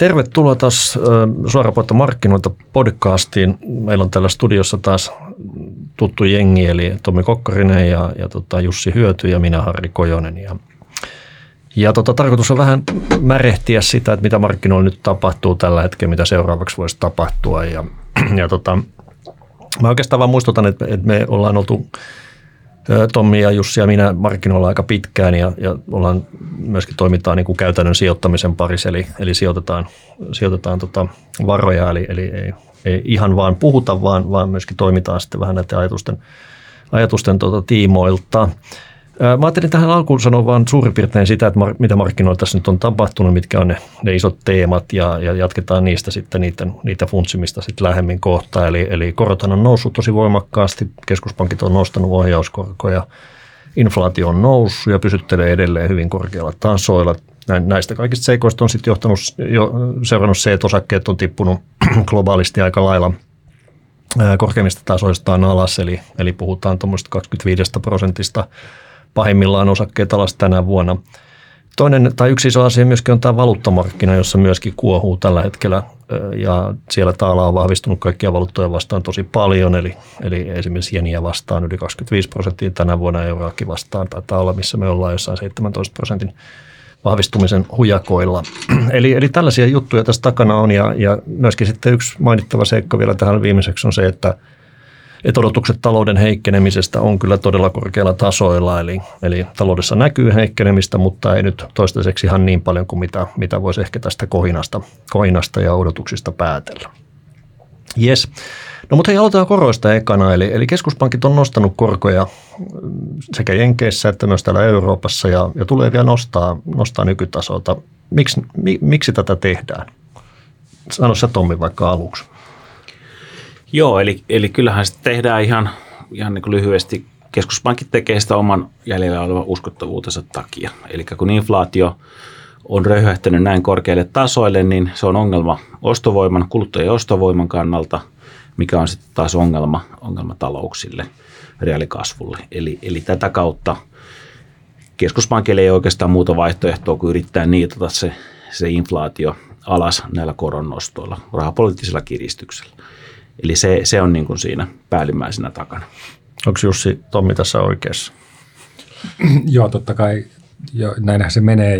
Tervetuloa taas Suorapuhetta markkinoilta podcastiin. Meillä on täällä studiossa taas tuttu jengi, eli Tommi Kokkarinen ja Jussi Hyöty ja minä Harri Kojonen. Ja tarkoitus on vähän märehtiä sitä, että mitä markkinoilla nyt tapahtuu tällä hetkellä, mitä seuraavaksi voisi tapahtua. Mä oikeastaan vaan muistutan, että me ollaan oltu Tommi ja Jussi ja minä markkinoilla aika pitkään ja ollaan myöskin toimitaan niin kuin käytännön sijoittamisen parissa, eli sijoitetaan varoja, eli ei ihan vaan puhuta, vaan myöskin toimitaan sitten vähän näiden ajatusten tiimoilta. Mä ajattelin tähän alkuun sanoa vaan suurin piirtein sitä, että mitä markkinoilla tässä nyt on tapahtunut, mitkä on ne isot teemat ja jatketaan niistä sitten niitä funtsimista sitten lähemmin kohta. Eli korothan on noussut tosi voimakkaasti, keskuspankit on nostanut ohjauskorkoja, inflaatio on noussut ja pysyttelee edelleen hyvin korkealla tasoilla. Näistä kaikista seikoista on sitten seurannut se, että osakkeet on tippunut globaalisti aika lailla korkeimmista tasoistaan alas, eli puhutaan tuommoista 25%. Pahimmillaan osakkeet alas tänä vuonna. Yksi iso asia myöskin on tämä valuuttamarkkina, jossa myöskin kuohuu tällä hetkellä ja siellä taala on vahvistunut kaikkia valuuttoja vastaan tosi paljon, eli esimerkiksi jeniä vastaan yli 25% tänä vuonna, euroakin vastaan taitaa olla, missä me ollaan jossain 17% vahvistumisen hujakoilla. Eli tällaisia juttuja tässä takana on ja myöskin sitten yksi mainittava seikka vielä tähän viimeiseksi on se, että odotukset talouden heikkenemisestä on kyllä todella korkealla tasoilla, eli taloudessa näkyy heikkenemistä, mutta ei nyt toistaiseksi ihan niin paljon kuin mitä voisi ehkä tästä kohinasta ja odotuksista päätellä. Jes. No mutta hei, aloitetaan koroista ekana, eli keskuspankit on nostanut korkoja sekä Jenkeissä että myös täällä Euroopassa ja tulee vielä nostaa nykytasolta. Miksi tätä tehdään? Sano sä Tommi vaikka aluksi. Joo, eli kyllähän sitä tehdään ihan niin kuin lyhyesti. Keskuspankit tekee sitä oman jäljellä olevan uskottavuutensa takia. Eli kun inflaatio on röyhähtänyt näin korkeille tasoille, niin se on ongelma kuluttajien ostovoiman kannalta, mikä on sitten taas ongelma talouksille, reaalikasvulle. Eli tätä kautta keskuspankille ei oikeastaan muuta vaihtoehtoa kuin yrittää niitata se inflaatio alas näillä koronnostoilla, rahapoliittisella kiristyksellä. Eli se on niin kuin siinä päällimmäisenä takana. Onko Jussi Tommi tässä oikeassa? Joo, totta kai. Näinhän se menee.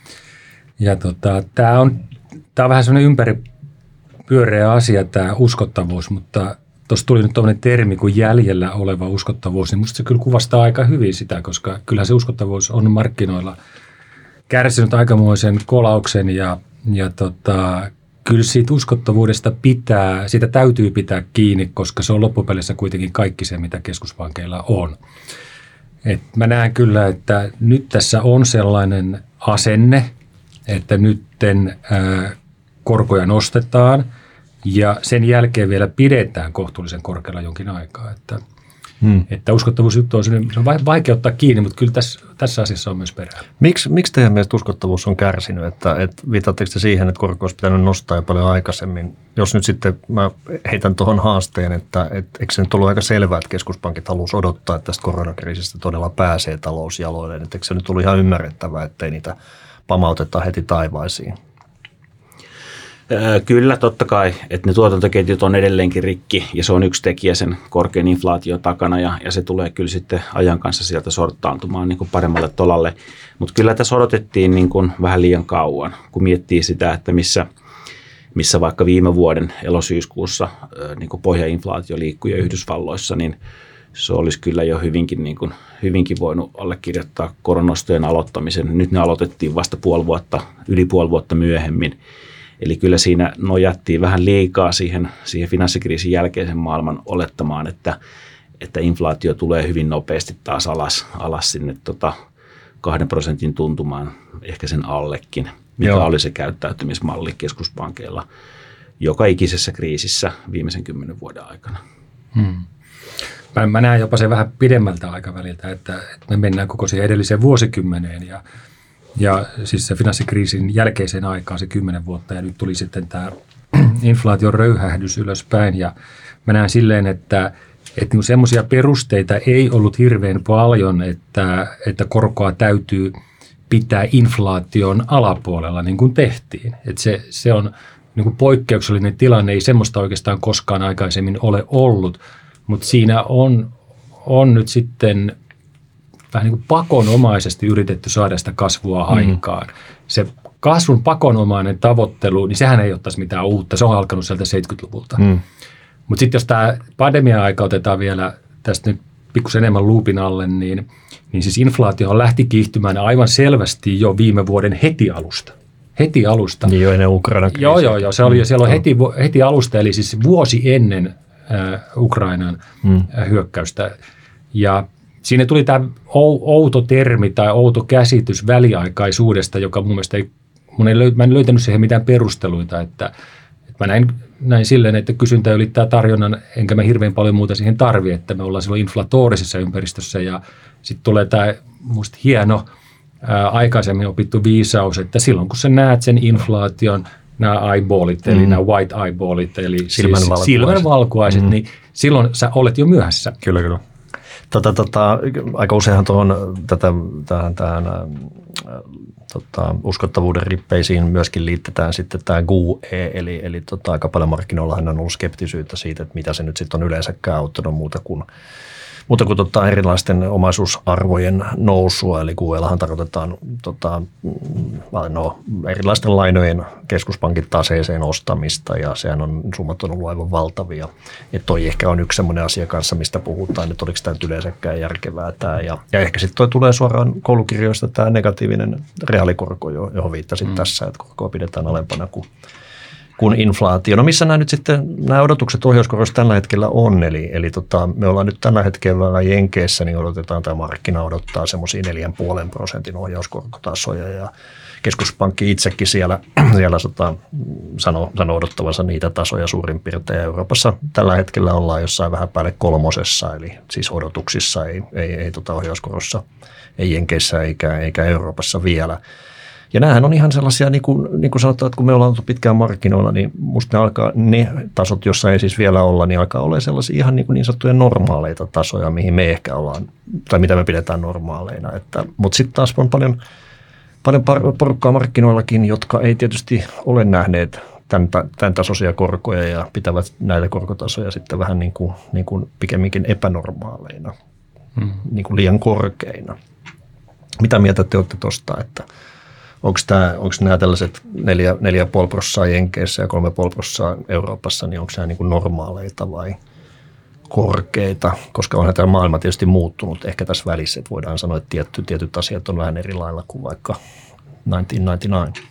Tämä on vähän sellainen ympäripyöreä asia, tämä uskottavuus, mutta tuossa tuli nyt tämmöinen termi kuin jäljellä oleva uskottavuus, niin musta se kyllä kuvastaa aika hyvin sitä, koska kyllähän se uskottavuus on markkinoilla kärsinyt aikamoisen kolauksen ja kyllä siitä uskottavuudesta siitä täytyy pitää kiinni, koska se on loppupeleissä kuitenkin kaikki se, mitä keskuspankeilla on. Mä näen kyllä, että nyt tässä on sellainen asenne, että nytten korkoja nostetaan ja sen jälkeen vielä pidetään kohtuullisen korkealla jonkin aikaa. Että uskottavuusjuttu on vaikea ottaa kiinni, mutta kyllä tässä asiassa on myös perää. Miksi teidän mielestä uskottavuus on kärsinyt? Että viitatteko te siihen, että korko olisi pitänyt nostaa jo paljon aikaisemmin? Jos nyt sitten mä heitän tuohon haasteen, että eikö se nyt ollut aika selvää, että keskuspankit haluaisi odottaa, että tästä koronakriisistä todella pääsee talousjaloilleen? Eikö se nyt ollut ihan ymmärrettävää, ettei niitä pamauteta heti taivaisiin? Kyllä, totta kai, että ne tuotantoketjut on edelleenkin rikki ja se on yksi tekijä sen korkean inflaation takana ja se tulee kyllä sitten ajan kanssa sieltä sorttaantumaan niin kuin paremmalle tolalle. Mutta kyllä tässä odotettiin niin kuin vähän liian kauan, kun miettii sitä, että missä vaikka viime vuoden elosyyskuussa niin kuin pohjainflaatio liikkui Yhdysvalloissa, niin se olisi kyllä jo hyvinkin voinut allekirjoittaa koronnostojen aloittamisen. Nyt ne aloitettiin vasta yli puoli vuotta myöhemmin. Eli kyllä siinä nojattiin vähän liikaa siihen finanssikriisin jälkeisen maailman olettamaan, että inflaatio tulee hyvin nopeasti taas alas sinne 2% tuntumaan, ehkä sen allekin, mikä oli se käyttäytymismalli keskuspankeilla joka ikisessä kriisissä viimeisen 10 vuoden aikana. Mä näen jopa se vähän pidemmältä aikaväliltä, että me mennään koko siihen edelliseen vuosikymmeneen ja siis se finanssikriisin jälkeiseen aikaan se 10 vuotta ja nyt tuli sitten tämä inflaation röyhähdys ylöspäin ja mä näen silleen, että niin semmoisia perusteita ei ollut hirveän paljon, että korkoa täytyy pitää inflaation alapuolella niin kuin tehtiin. Et se on niin kuin poikkeuksellinen tilanne, ei semmoista oikeastaan koskaan aikaisemmin ole ollut, mutta siinä on nyt sitten vähän niin kuin pakonomaisesti yritetty saada sitä kasvua aikaan. Se kasvun pakonomainen tavoittelu, niin sehän ei ottaisi mitään uutta, se on alkanut sieltä 70-luvulta. Mutta sitten jos tämä pandemia-aika otetaan vielä tästä nyt pikkusen enemmän luupin alle, niin siis inflaatio lähti kiihtymään aivan selvästi jo viime vuoden heti alusta. Niin jo ennen Ukrainan kriisiä. Joo. Se oli jo siellä heti alusta, eli siis vuosi ennen Ukrainan hyökkäystä. Ja siinä tuli tämä outo termi tai outo käsitys väliaikaisuudesta, joka mun mielestä mä en löytänyt siihen mitään perusteluita, että mä näin silleen, että kysyntä ylittää tarjonnan, enkä mä hirveän paljon muuta siihen tarvi, että me ollaan silloin inflatorisessa ympäristössä ja sitten tulee tämä musta hieno aikaisemmin opittu viisaus, että silloin kun sä näet sen inflaation, nämä eyeballit, eli nämä white eyeballit, eli silmänvalkuaiset, niin silloin sä olet jo myöhässä. Kyllä. Aika useinhan tähän uskottavuuden rippeisiin myöskin liitetään sitten tämä GUE, eli aika paljon markkinoillahan on ollut skeptisyyttä siitä, että mitä se nyt sitten on yleensäkään auttanut muuta kuin erilaisten omaisuusarvojen nousua, eli GUEllahan tarkoitetaan erilaisten lainojen keskuspankin taseeseen ostamista, ja sehän on summat on ollut aivan valtavia. Että toi ehkä on yksi semmoinen asia kanssa, mistä puhutaan, että oliko tämä nyt yleensäkään järkevää tämä. Ja ehkä sitten toi tulee suoraan koulukirjoista tämä negatiivinen reaalikorko, johon viittasit tässä, että korkoa pidetään alempana kuin inflaatio. No missä nämä odotukset ohjauskorossa tällä hetkellä on? Eli me ollaan nyt tällä hetkellä Jenkeissä, niin odotetaan, tämä markkina odottaa semmoisia 4,5% ohjauskorkotasoja, ja keskuspankki itsekin siellä sanoo odottavansa niitä tasoja suurin piirtein. Euroopassa tällä hetkellä ollaan jossain vähän päälle 3, eli siis odotuksissa ei ohjauskorossa, ei Jenkeissä eikä Euroopassa vielä. Ja näähän on ihan sellaisia, niin kuin sanotaan, että kun me ollaan oltu pitkään markkinoilla, niin musta ne tasot, joissa ei siis vielä olla, niin alkaa olla sellaisia ihan niin sanottuja normaaleita tasoja, mihin me ehkä ollaan, tai mitä me pidetään normaaleina. Mutta sitten taas on paljon porukkaa markkinoillakin, jotka ei tietysti ole nähneet tämän tasoisia korkoja ja pitävät näitä korkotasoja sitten vähän niin kuin pikemminkin epänormaaleina, niin kuin liian korkeina. Mitä mieltä te olette tuosta, että onko nämä tällaiset 4,5% Jenkeissä ja 3,5% Euroopassa, niin onko nämä niin kuin normaaleita vai korkeita? Koska onhan tämä maailma tietysti muuttunut ehkä tässä välissä, että voidaan sanoa, että tietyt asiat on vähän eri lailla kuin vaikka 1999.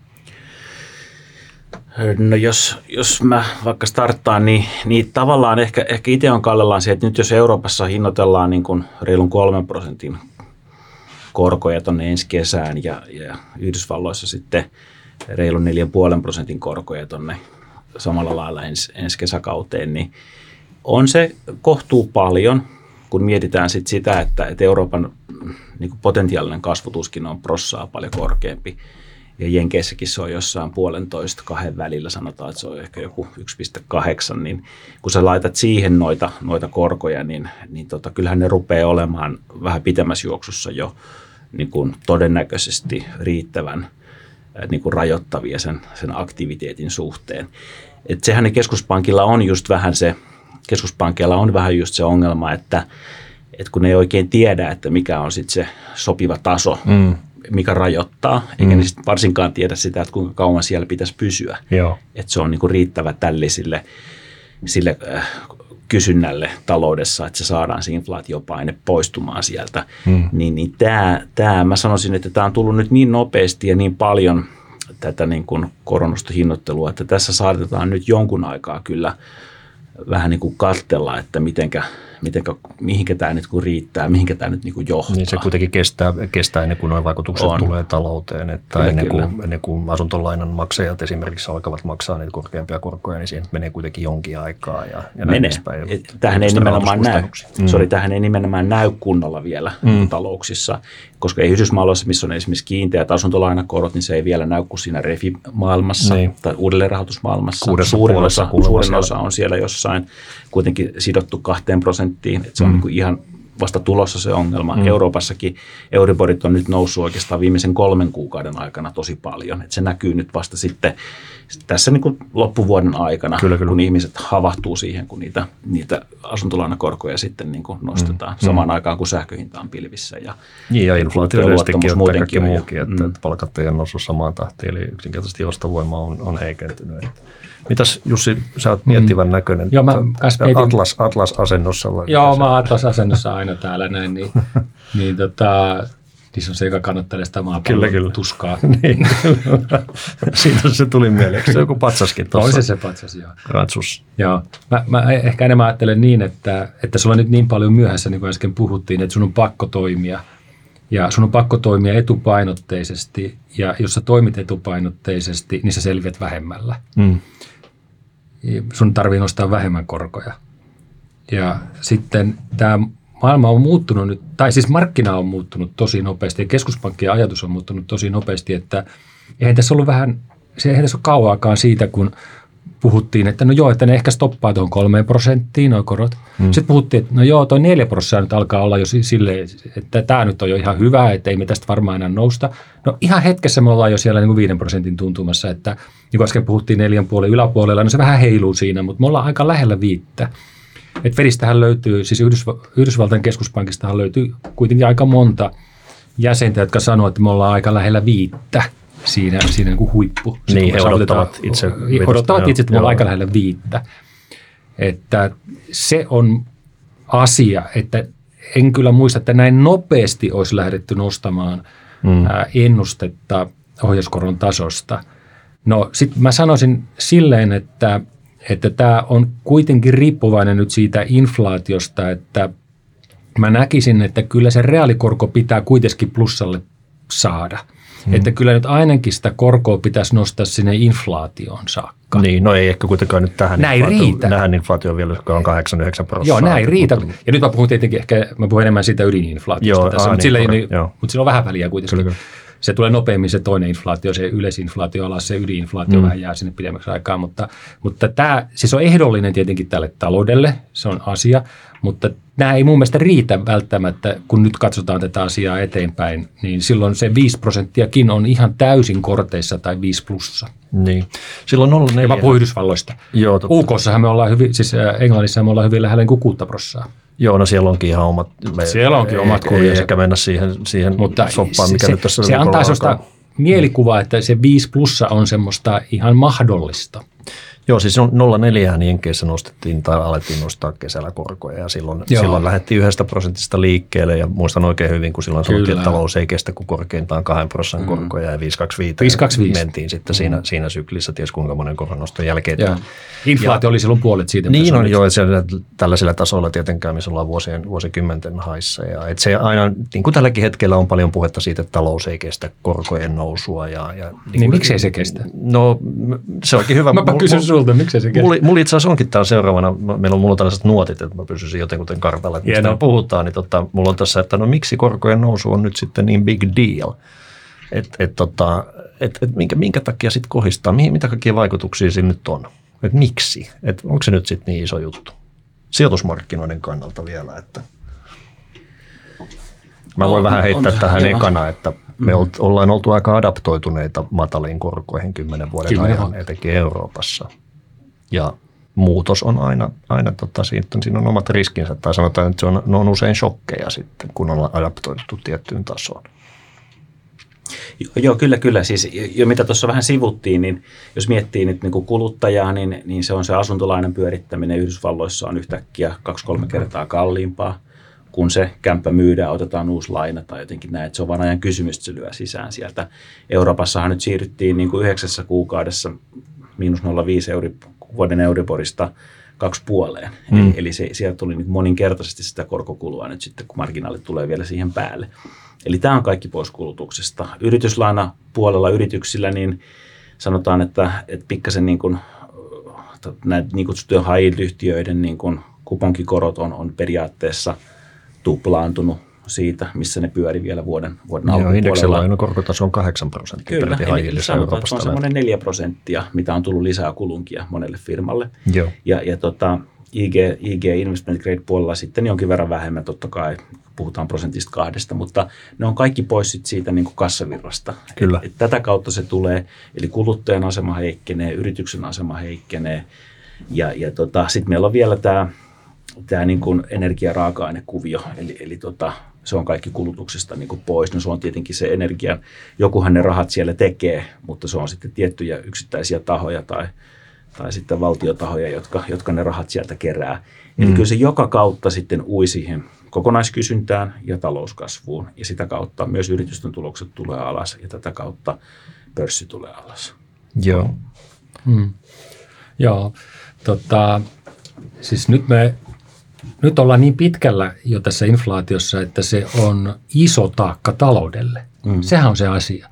No jos mä vaikka starttaan, niin tavallaan ehkä itse on kallellaan se, että nyt jos Euroopassa hinnoitellaan niin kuin reilun 3% korkoja tuonne ensi kesään ja Yhdysvalloissa sitten reilun 4,5% korkoja tuonne samalla lailla ensi kesäkauteen, niin on se kohtuu paljon, kun mietitään sitä, että Euroopan niin kuin potentiaalinen kasvutuskin on prossaa paljon korkeampi. Ja Jenkeissäkin se on jossain 1,5-2 välillä, sanotaan, että se on ehkä joku 1,8, niin kun sä laitat siihen noita korkoja, niin kyllähän ne rupeaa olemaan vähän pitemmässä juoksussa jo niin kuin todennäköisesti riittävän niin kuin rajoittavia sen aktiviteetin suhteen. Et sehän ne keskuspankilla on just vähän se ongelma, että kun ne ei oikein tiedä, että mikä on sitten se sopiva taso, mikä rajoittaa, eikä ne sitten varsinkaan tiedä sitä, että kuinka kauan siellä pitäisi pysyä. Että se on niinku riittävä sille kysynnälle taloudessa, että se saadaan se inflaatiopaine poistumaan sieltä. Niin tämä, mä sanoisin, että tämä on tullut nyt niin nopeasti ja niin paljon tätä niin kuin koronasta hinnoittelua, että tässä saatetaan nyt jonkun aikaa kyllä vähän niin kuin katsella, että mihinkä tämä nyt kun riittää, mihinkä tämä nyt niin kuin johtaa. Niin se kuitenkin kestää ennen kuin nuo vaikutukset tulee talouteen. Että kyllä, ennen kuin asuntolainan maksajat esimerkiksi alkavat maksaa niitä korkeampia korkoja, niin siihen menee kuitenkin jonkin aikaa. Ja menee. Tämähän ei nimenomaan näy kunnolla vielä talouksissa, koska ei Yhdysvalloissa, missä on esimerkiksi kiinteät asuntolainakorot, niin se ei vielä näy kuin siinä refi-maailmassa tai uudelleenrahoitusmaailmassa. Suurin osa on siellä jossain kuitenkin sidottu 2%, että se on niin kuin vasta tulossa se ongelma. Euroopassakin Euriborit on nyt noussut oikeastaan viimeisen 3 kuukauden aikana tosi paljon. Et se näkyy nyt vasta sitten tässä niin kuin loppuvuoden aikana, kyllä. Kun ihmiset havahtuu siihen, kun niitä asuntolainakorkoja sitten niin kuin nostetaan samaan aikaan, kun sähköhinta on pilvissä. Ja inflaatio yleistikin on kaikki muukin, että palkat ei ole noussut samaan tahtiin, eli yksinkertaisesti ostovoima on heikentynyt. Mitäs Jussi, sä oot miettivän näköinen? Joo, mä Atlas-asennossa. Joo, mä oon Atlas-asennossa aina täällä näin, niin se on se, joka kannattelee sitä maapallon tuskaa. Niin. Siitä se tuli mieleen. Se joku patsaskin tuossa? On se patsas, joo. Ratsus. Joo. Mä ehkä enemmän ajattelen niin, että sulla on nyt niin paljon myöhässä, niin kuin äsken puhuttiin, että sun on pakko toimia. Ja sun on pakko toimia etupainotteisesti, ja jos sä toimit etupainotteisesti, niin sä selviät vähemmällä. Sun tarvii nostaa vähemmän korkoja. Ja sitten tämä maailma on muuttunut nyt, tai siis markkina on muuttunut tosi nopeasti, ja keskuspankkien ajatus on muuttunut tosi nopeasti, että eihän tässä ollut eihän tässä ole kauaakaan siitä, kun puhuttiin, että no joo, että ne ehkä stoppaa tuohon 3% nuo korot. Sitten puhuttiin, että no joo, toi 4% nyt alkaa olla jo silleen, että tämä nyt on jo ihan hyvä, että ei me tästä varmaan enää nousta. No ihan hetkessä me ollaan jo siellä niin kuin 5% tuntumassa, että niin kuin äsken puhuttiin 4,5 yläpuolella, no se vähän heiluu siinä, mutta me ollaan aika lähellä 5. Että Fedistähän löytyy, siis Yhdysvaltain keskuspankistahan löytyy kuitenkin aika monta jäsentä, jotka sanoo, että me ollaan aika lähellä 5. Siinä niin kuin huippu. Niin, he odottavat itse, että me ollaan aika lähellä 5. Että se on asia, että en kyllä muista, että näin nopeasti olisi lähdetty nostamaan ennustetta ohjauskoron tasosta. No sitten mä sanoisin silleen, että tämä on kuitenkin riippuvainen nyt siitä inflaatiosta, että mä näkisin, että kyllä se reaalikorko pitää kuitenkin plussalle saada. Että kyllä nyt ainakin sitä korkoa pitäisi nostaa sinne inflaatioon saakka. Niin, no ei ehkä kuitenkaan nyt tähän inflaatioon vielä, joka on 8-9%. Joo, näin riitä. Ja nyt mä puhun tietenkin mä puhun enemmän siitä ydininflaatiosta tässä, mutta sillä on vähän väliä kuitenkin. Kyllä. Se tulee nopeammin se toinen inflaatio, se yleisinflaatio alas, se ydininflaatio vähän jää sinne pidemmäksi aikaa, mutta tämä siis on ehdollinen tietenkin tälle taloudelle, se on asia, mutta nämä ei mun mielestä riitä välttämättä, kun nyt katsotaan tätä asiaa eteenpäin, niin silloin se 5%kin on ihan täysin korteissa tai 5 plussa. Niin. Silloin 0,4. Ja mä puhun Yhdysvalloista. UK:ssahan me ollaan hyvin, siis Englannissa me ollaan hyvin lähellä kuin 6%. Joo, no siellä onkin ihan omat. Siellä onkin omat kuljat. Ei ehkä mennä siihen soppaan, mikä nyt tässä se antaa sellaista mielikuvaa, että se 5 plussa on semmoista ihan mahdollista. Joo, siis 0,4 niin Jenkeissä nostettiin tai alettiin nostaa kesällä korkoja ja silloin lähdettiin 1% liikkeelle ja muistan oikein hyvin, kun silloin sanottiin, että talous ei kestä kuin korkeintaan 2% korkoja ja 5,25 mentiin sitten siinä syklissä, ties kuinka monen koronnoston jälkeen. Inflaatio oli silloin puolet siitä. Niin on joo, tällaisilla tasoilla tietenkään, missä ollaan vuosikymmenten haissa. Ja et se aina, niin kuin tälläkin hetkellä on paljon puhetta siitä, että talous ei kestä korkojen nousua. Niin miksei se kestä? No se onkin hyvä. Mäpä kysyn sulta, miksei se kestä? Mulla itse asiassa onkin täällä seuraavana, mulla on tällaiset nuotit, että mä pysyisin jotenkin kartalla, että mistä puhutaan. Niin mulla on tässä, että no miksi korkojen nousu on nyt sitten niin big deal? Minkä takia sitten kohistaa? Mitä kaikkia vaikutuksia siinä nyt on? Että miksi? Että onko se nyt sitten niin iso juttu? Sijoitusmarkkinoiden kannalta vielä, että mä voin vähän heittää tähän ekana, että me ollaan oltu aika adaptoituneita mataliin korkoihin 10 vuoden ajan, etenkin Euroopassa. Ja muutos on aina siinä on omat riskinsä, tai sanotaan, että ne on usein shokkeja sitten, kun ollaan adaptoitu tiettyyn tasoon. Joo, kyllä. Siis jo mitä tuossa vähän sivuttiin, niin jos miettii nyt niin kuin kuluttajaa, niin se on se asuntolainan pyörittäminen Yhdysvalloissa on yhtäkkiä 2-3 kertaa kalliimpaa. Kun se kämppä myydään, otetaan uusi laina tai jotenkin näin, että se on vain ajan kysymys, että se lyö sisään sieltä. Euroopassahan nyt siirryttiin niin kuin 9 kuukaudessa -0,5 vuoden Euriborista 2,5. Eli sieltä tuli niin moninkertaisesti sitä korkokulua nyt sitten, kun marginaalit tulee vielä siihen päälle. Eli tämä on kaikki pois kulutuksesta. Yrityslaina puolella yrityksillä, niin sanotaan, että pikkasen niin kuin näitä niin kutsuttujen high-yield-yhtiöiden niin kuin kuponkikorot on periaatteessa tuplaantunut siitä, missä ne pyöri vielä vuoden alkupuolella. Joo, indeksilainan korkotaso on 8%. Kyllä, eli sanotaan, että se on semmoinen 4%, mitä on tullut lisää kulunkia monelle firmalle. Joo. IG investment grade puolella sitten jonkin verran vähemmän, totta kai puhutaan 1%-2%, mutta ne on kaikki pois siitä niin kuin kassavirrasta. Kyllä. Et tätä kautta se tulee, eli kuluttajan asema heikkenee, yrityksen asema heikkenee ja sitten meillä on vielä tämä niin kuin energiaraaka-ainekuvio, eli se on kaikki kulutuksesta niin kuin pois. No se on tietenkin se energian, jokuhan ne rahat siellä tekee, mutta se on sitten tiettyjä yksittäisiä tahoja tai sitten valtiotahoja, jotka ne rahat sieltä kerää. Eli kyllä se joka kautta sitten ui siihen kokonaiskysyntään ja talouskasvuun, ja sitä kautta myös yritysten tulokset tulee alas, ja tätä kautta pörssi tulee alas. Joo. Joo, siis nyt ollaan niin pitkällä jo tässä inflaatiossa, että se on iso taakka taloudelle. Sehän on se asia.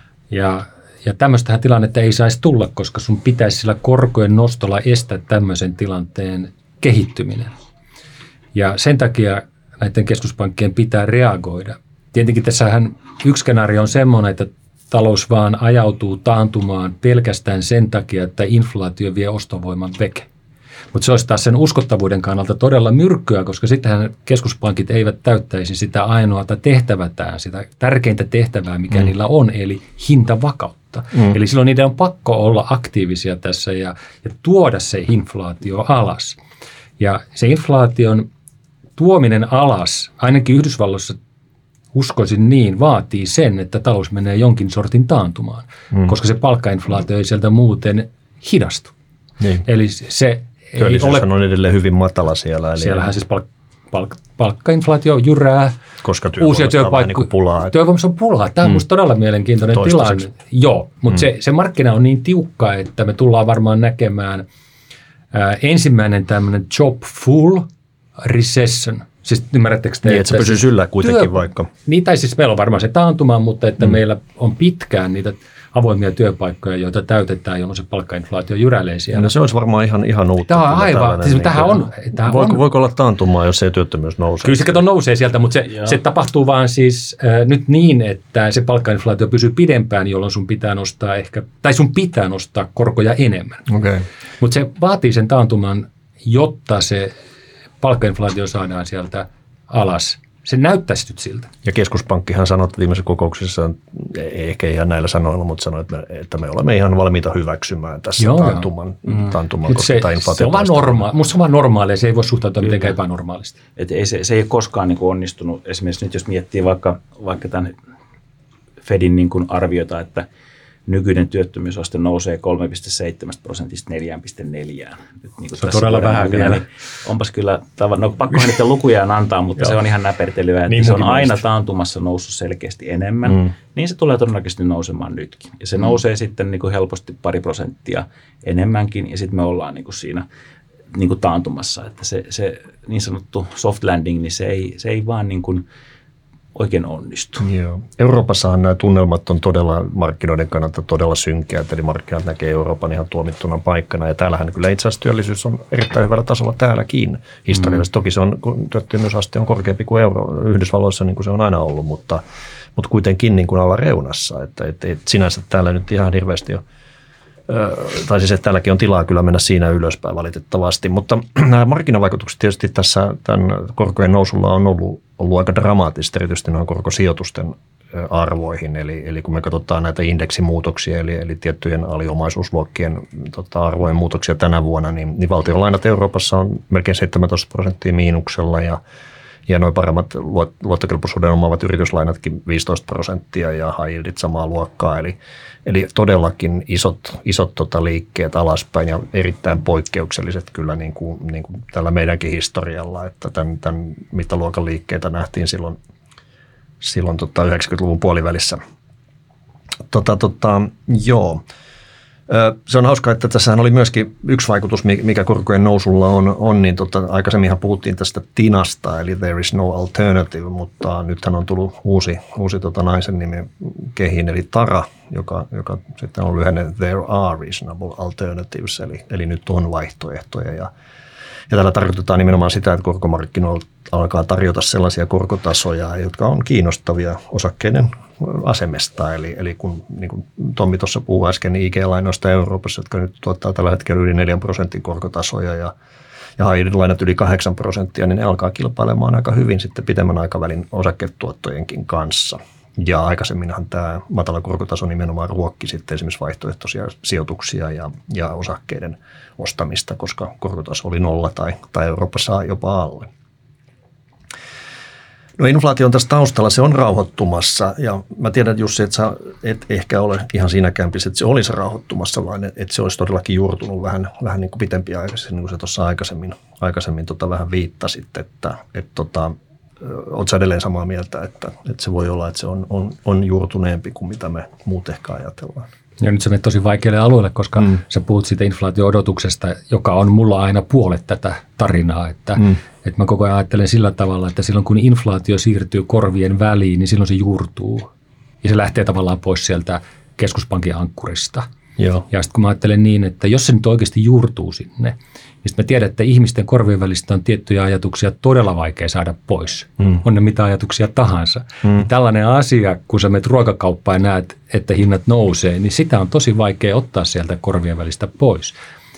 Ja tämmöistähän tilannetta ei saisi tulla, koska sun pitäisi sillä korkojen nostolla estää tämmöisen tilanteen kehittyminen. Ja sen takia näiden keskuspankkien pitää reagoida. Tietenkin tässähän yksi skenaario on semmoinen, että talous vaan ajautuu taantumaan pelkästään sen takia, että inflaatio vie ostovoiman veke. Mutta se olisi taas sen uskottavuuden kannalta todella myrkkyä, koska sittenhän keskuspankit eivät täyttäisi sitä ainoata tehtävätään, sitä tärkeintä tehtävää, mikä niillä on, eli hintavakautta. Eli silloin niiden on pakko olla aktiivisia tässä ja tuoda se inflaatio alas. Ja se inflaation tuominen alas, ainakin Yhdysvalloissa uskoisin niin, vaatii sen, että talous menee jonkin sortin taantumaan, koska se palkkainflaatio ei sieltä muuten hidastu. Niin. Eli se työllisyyshän on edelleen hyvin matala siellä. Eli siellähän siis palkkainflaatio jyrää. Koska työvoimasta on vähän niin kuin pulaa. Työvoimassa on pulaa. Tämä on minusta todella mielenkiintoinen tilanne. Joo, mutta se markkina on niin tiukka, että me tullaan varmaan näkemään ensimmäinen tämmöinen job full recession. Siis ymmärrättekö te? Niin, että se pysyy yllä kuitenkin vaikka. Niin, tai siis meillä on varmaan se taantuma, mutta että meillä on pitkään niitä avoimia työpaikkoja, joita täytetään, jolloin se palkkainflaatio jyräilee siellä. No se olisi varmaan ihan uutta. Tämä on aivan. Siis voiko olla taantumaa, jos ei työttömyys nouse? Kyllä se kato nousee sieltä, mutta se tapahtuu vaan siis nyt niin, että se palkkainflaatio pysyy pidempään, jolloin sun pitää nostaa korkoja enemmän. Okay. Mutta se vaatii sen taantuman, jotta se palkkainflaatio saadaan sieltä alas. Se näyttäisi nyt siltä. Ja keskuspankkihan sanoi viimeisessä kokouksessa, ehkä ihan näillä sanoilla, mutta sanoi, että me olemme ihan valmiita hyväksymään tässä taantuman koska tämä inflaatio. Se on vaan musta se on vaan normaalia, se ei voi suhtautua mitenkään epänormaalisti. Se ei ole koskaan niin kuin onnistunut. Esimerkiksi nyt jos miettii vaikka tämän Fedin niin kuin arviota, että nykyinen työttömyysaste nousee 3,7%:sta 4,4%. Niin se on todella vähän vielä. Niin onpas kyllä, pakkohan niitä lukujaan antaa, mutta se on ihan näpertelyä, että niin se on aina taantumassa noussut selkeästi enemmän, niin se tulee todennäköisesti nousemaan nytkin. Ja se nousee sitten niin kuin helposti 2% enemmänkin, ja sitten me ollaan niin kuin siinä niin kuin taantumassa. Että se niin sanottu soft landing, niin se ei vaan niin kuin oikein onnistu. Joo. Euroopassahan nämä tunnelmat on todella markkinoiden kannalta todella synkeät, eli markkinat näkee Euroopan ihan tuomittuna paikkana, ja täällähän kyllä itse asiassa työllisyys on erittäin hyvällä tasolla täälläkin historiallisesti. Toki se on, työttömyysaste on korkeampi kuin Yhdysvalloissa, niin kuin se on aina ollut, mutta kuitenkin niin kuin alla reunassa, että sinänsä täällä nyt ihan hirveästi jo, tai siis että täälläkin on tilaa kyllä mennä siinä ylöspäin valitettavasti, mutta nämä markkinavaikutukset tietysti tässä tämän korkojen nousulla on ollut aika dramaattista, erityisesti noin korkosijoitusten arvoihin, eli kun me katsotaan näitä indeksimuutoksia, eli tiettyjen aliomaisuusluokkien arvojen muutoksia tänä vuonna, niin valtionlainat Euroopassa on melkein 17% miinuksella, ja nuo paremmat luottokelpoisuuden omaavat yrityslainatkin 15% ja high yieldit samaa luokkaa. Eli todellakin isot liikkeet alaspäin ja erittäin poikkeukselliset kyllä niin kuin tällä meidänkin historialla, että tämän mittaluokan liikkeitä nähtiin silloin 90-luvun puolivälissä. Joo. Se on hauskaa, että tässähän oli myöskin yksi vaikutus, mikä korkojen nousulla on niin aikaisemminhan puhuttiin tästä TINasta, eli there is no alternative, mutta nythän on tullut uusi naisen nimi kehiin, eli TARA, joka sitten on lyhenne there are reasonable alternatives, eli nyt on vaihtoehtoja. Ja tällä tarkoitetaan nimenomaan sitä, että korkomarkkinoilla alkaa tarjota sellaisia korkotasoja, jotka on kiinnostavia osakkeiden asemesta. Eli kun niin kuin Tommi tuossa puhui äsken IG-lainoista Euroopassa, jotka nyt tuottaa tällä hetkellä yli 4% korkotasoja ja high yield-lainat yli 8%, niin ne alkaa kilpailemaan aika hyvin sitten pitemmän aikavälin osaketuottojenkin kanssa. Ja aikaisemminhan tämä matala korkotaso nimenomaan ruokki sitten esimerkiksi vaihtoehtoisia sijoituksia ja osakkeiden ostamista, koska korkotaso oli 0 tai Euroopassa jopa alle. No inflaatio on tässä taustalla, se on rauhoittumassa ja mä tiedän Jussi, että sä et ehkä ole ihan siinä kämpissä, että se olisi rauhoittumassa, vaan että se olisi todellakin juurtunut vähän niin kuin pitempiaikaisesti, niin kuin sä tuossa aikaisemmin vähän viittasit, että oletko sä edelleen samaa mieltä, että se voi olla, että se on juurtuneempi kuin mitä me muut ehkä ajatellaan. Ja nyt se menee tosi vaikealle alueelle, koska sä puhut siitä inflaatio-odotuksesta, joka on mulla aina puolet tätä tarinaa. Että mä koko ajan ajattelen sillä tavalla, että silloin kun inflaatio siirtyy korvien väliin, niin silloin se juurtuu. Ja se lähtee tavallaan pois sieltä keskuspankin ankkurista. Joo. Ja sitten kun mä ajattelen niin, että jos se nyt oikeasti juurtuu sinne, niin sitten mä tiedän, että ihmisten korvien välistä on tiettyjä ajatuksia todella vaikea saada pois. On ne mitä ajatuksia tahansa. Tällainen asia, kun sä menet ruokakauppaan ja näet, että hinnat nousee, niin sitä on tosi vaikea ottaa sieltä korvien välistä pois.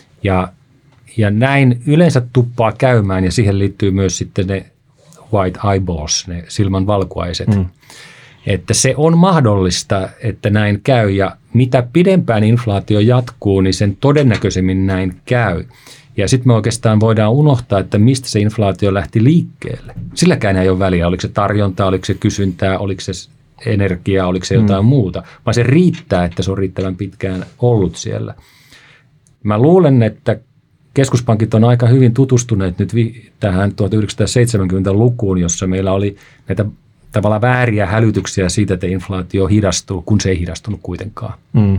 Ja näin yleensä tuppaa käymään ja siihen liittyy myös sitten ne white eyeballs, ne silmän valkuaiset. Että se on mahdollista, että näin käy ja mitä pidempään inflaatio jatkuu, niin sen todennäköisemmin näin käy. Ja sitten me oikeastaan voidaan unohtaa, että mistä se inflaatio lähti liikkeelle. Silläkään ei ole väliä, oliko se tarjontaa, oliko se kysyntää, oliko se energiaa, oliko se jotain muuta. Vaan se riittää, että se on riittävän pitkään ollut siellä. Mä luulen, että keskuspankit on aika hyvin tutustuneet nyt tähän 1970-lukuun, jossa meillä oli näitä tavallaan vääriä hälytyksiä siitä, että inflaatio hidastuu, kun se ei hidastunut kuitenkaan.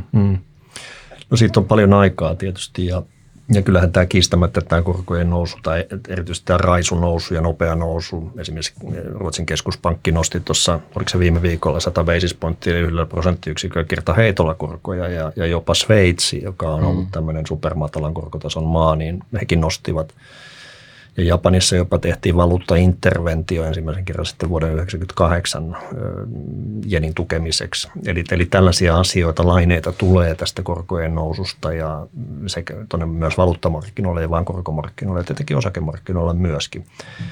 No siitä on paljon aikaa tietysti ja kyllähän tämä kiistämättä tämä korkojen nousu tai erityisesti tämä raisunousu ja nopea nousu. Esimerkiksi Ruotsin keskuspankki nosti tuossa, oliko se viime viikolla 100 basis pointtia 1% kertaheitolla korkoja ja jopa Sveitsi, joka on ollut tämmöinen supermatalan korkotason maa, niin hekin nostivat. Ja Japanissa jopa tehtiin valuuttainterventio ensimmäisen kerran sitten vuoden 1998 jenin tukemiseksi. Eli tällaisia asioita, laineita tulee tästä korkojen noususta ja sekä myös valuuttamarkkinoille ja vaan korkomarkkinoille ja tietenkin osakemarkkinoille myöskin.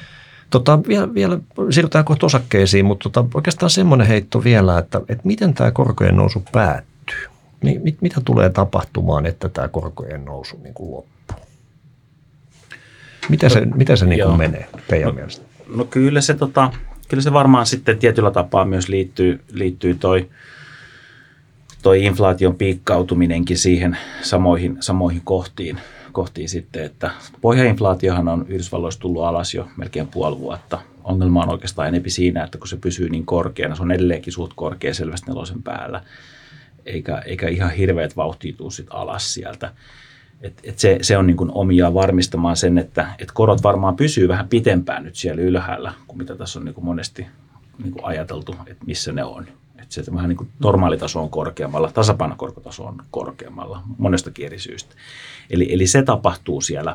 Vielä siirrytään kohta osakkeisiin, mutta oikeastaan semmoinen heitto vielä, että miten tämä korkojen nousu päättyy? Mitä tulee tapahtumaan, että tämä korkojen nousu niin kuin loppuu? Mitä se niin kuin menee teidän mielestä? No kyllä se varmaan sitten tietyllä tapaa myös liittyy toi inflaation piikkautuminenkin siihen samoihin kohtiin sitten, että pohjainflaatiohan on Yhdysvalloissa tullut alas jo melkein puoli vuotta. Ongelma on oikeastaan enemmän siinä, että kun se pysyy niin korkeana, se on edelleenkin suht korkea selvästi 4 päällä, eikä ihan hirveät vauhtia tule sit alas sieltä. Se on niin kuin omiaan varmistamaan sen, että korot varmaan pysyy vähän pitempään nyt siellä ylhäällä, kuin mitä tässä on niin kuin monesti niin kuin ajateltu, että missä ne on. Että se vähän niin kuin normaalitaso on korkeammalla, tasapainokorkotaso on korkeammalla monestakin eri syystä. Eli se tapahtuu siellä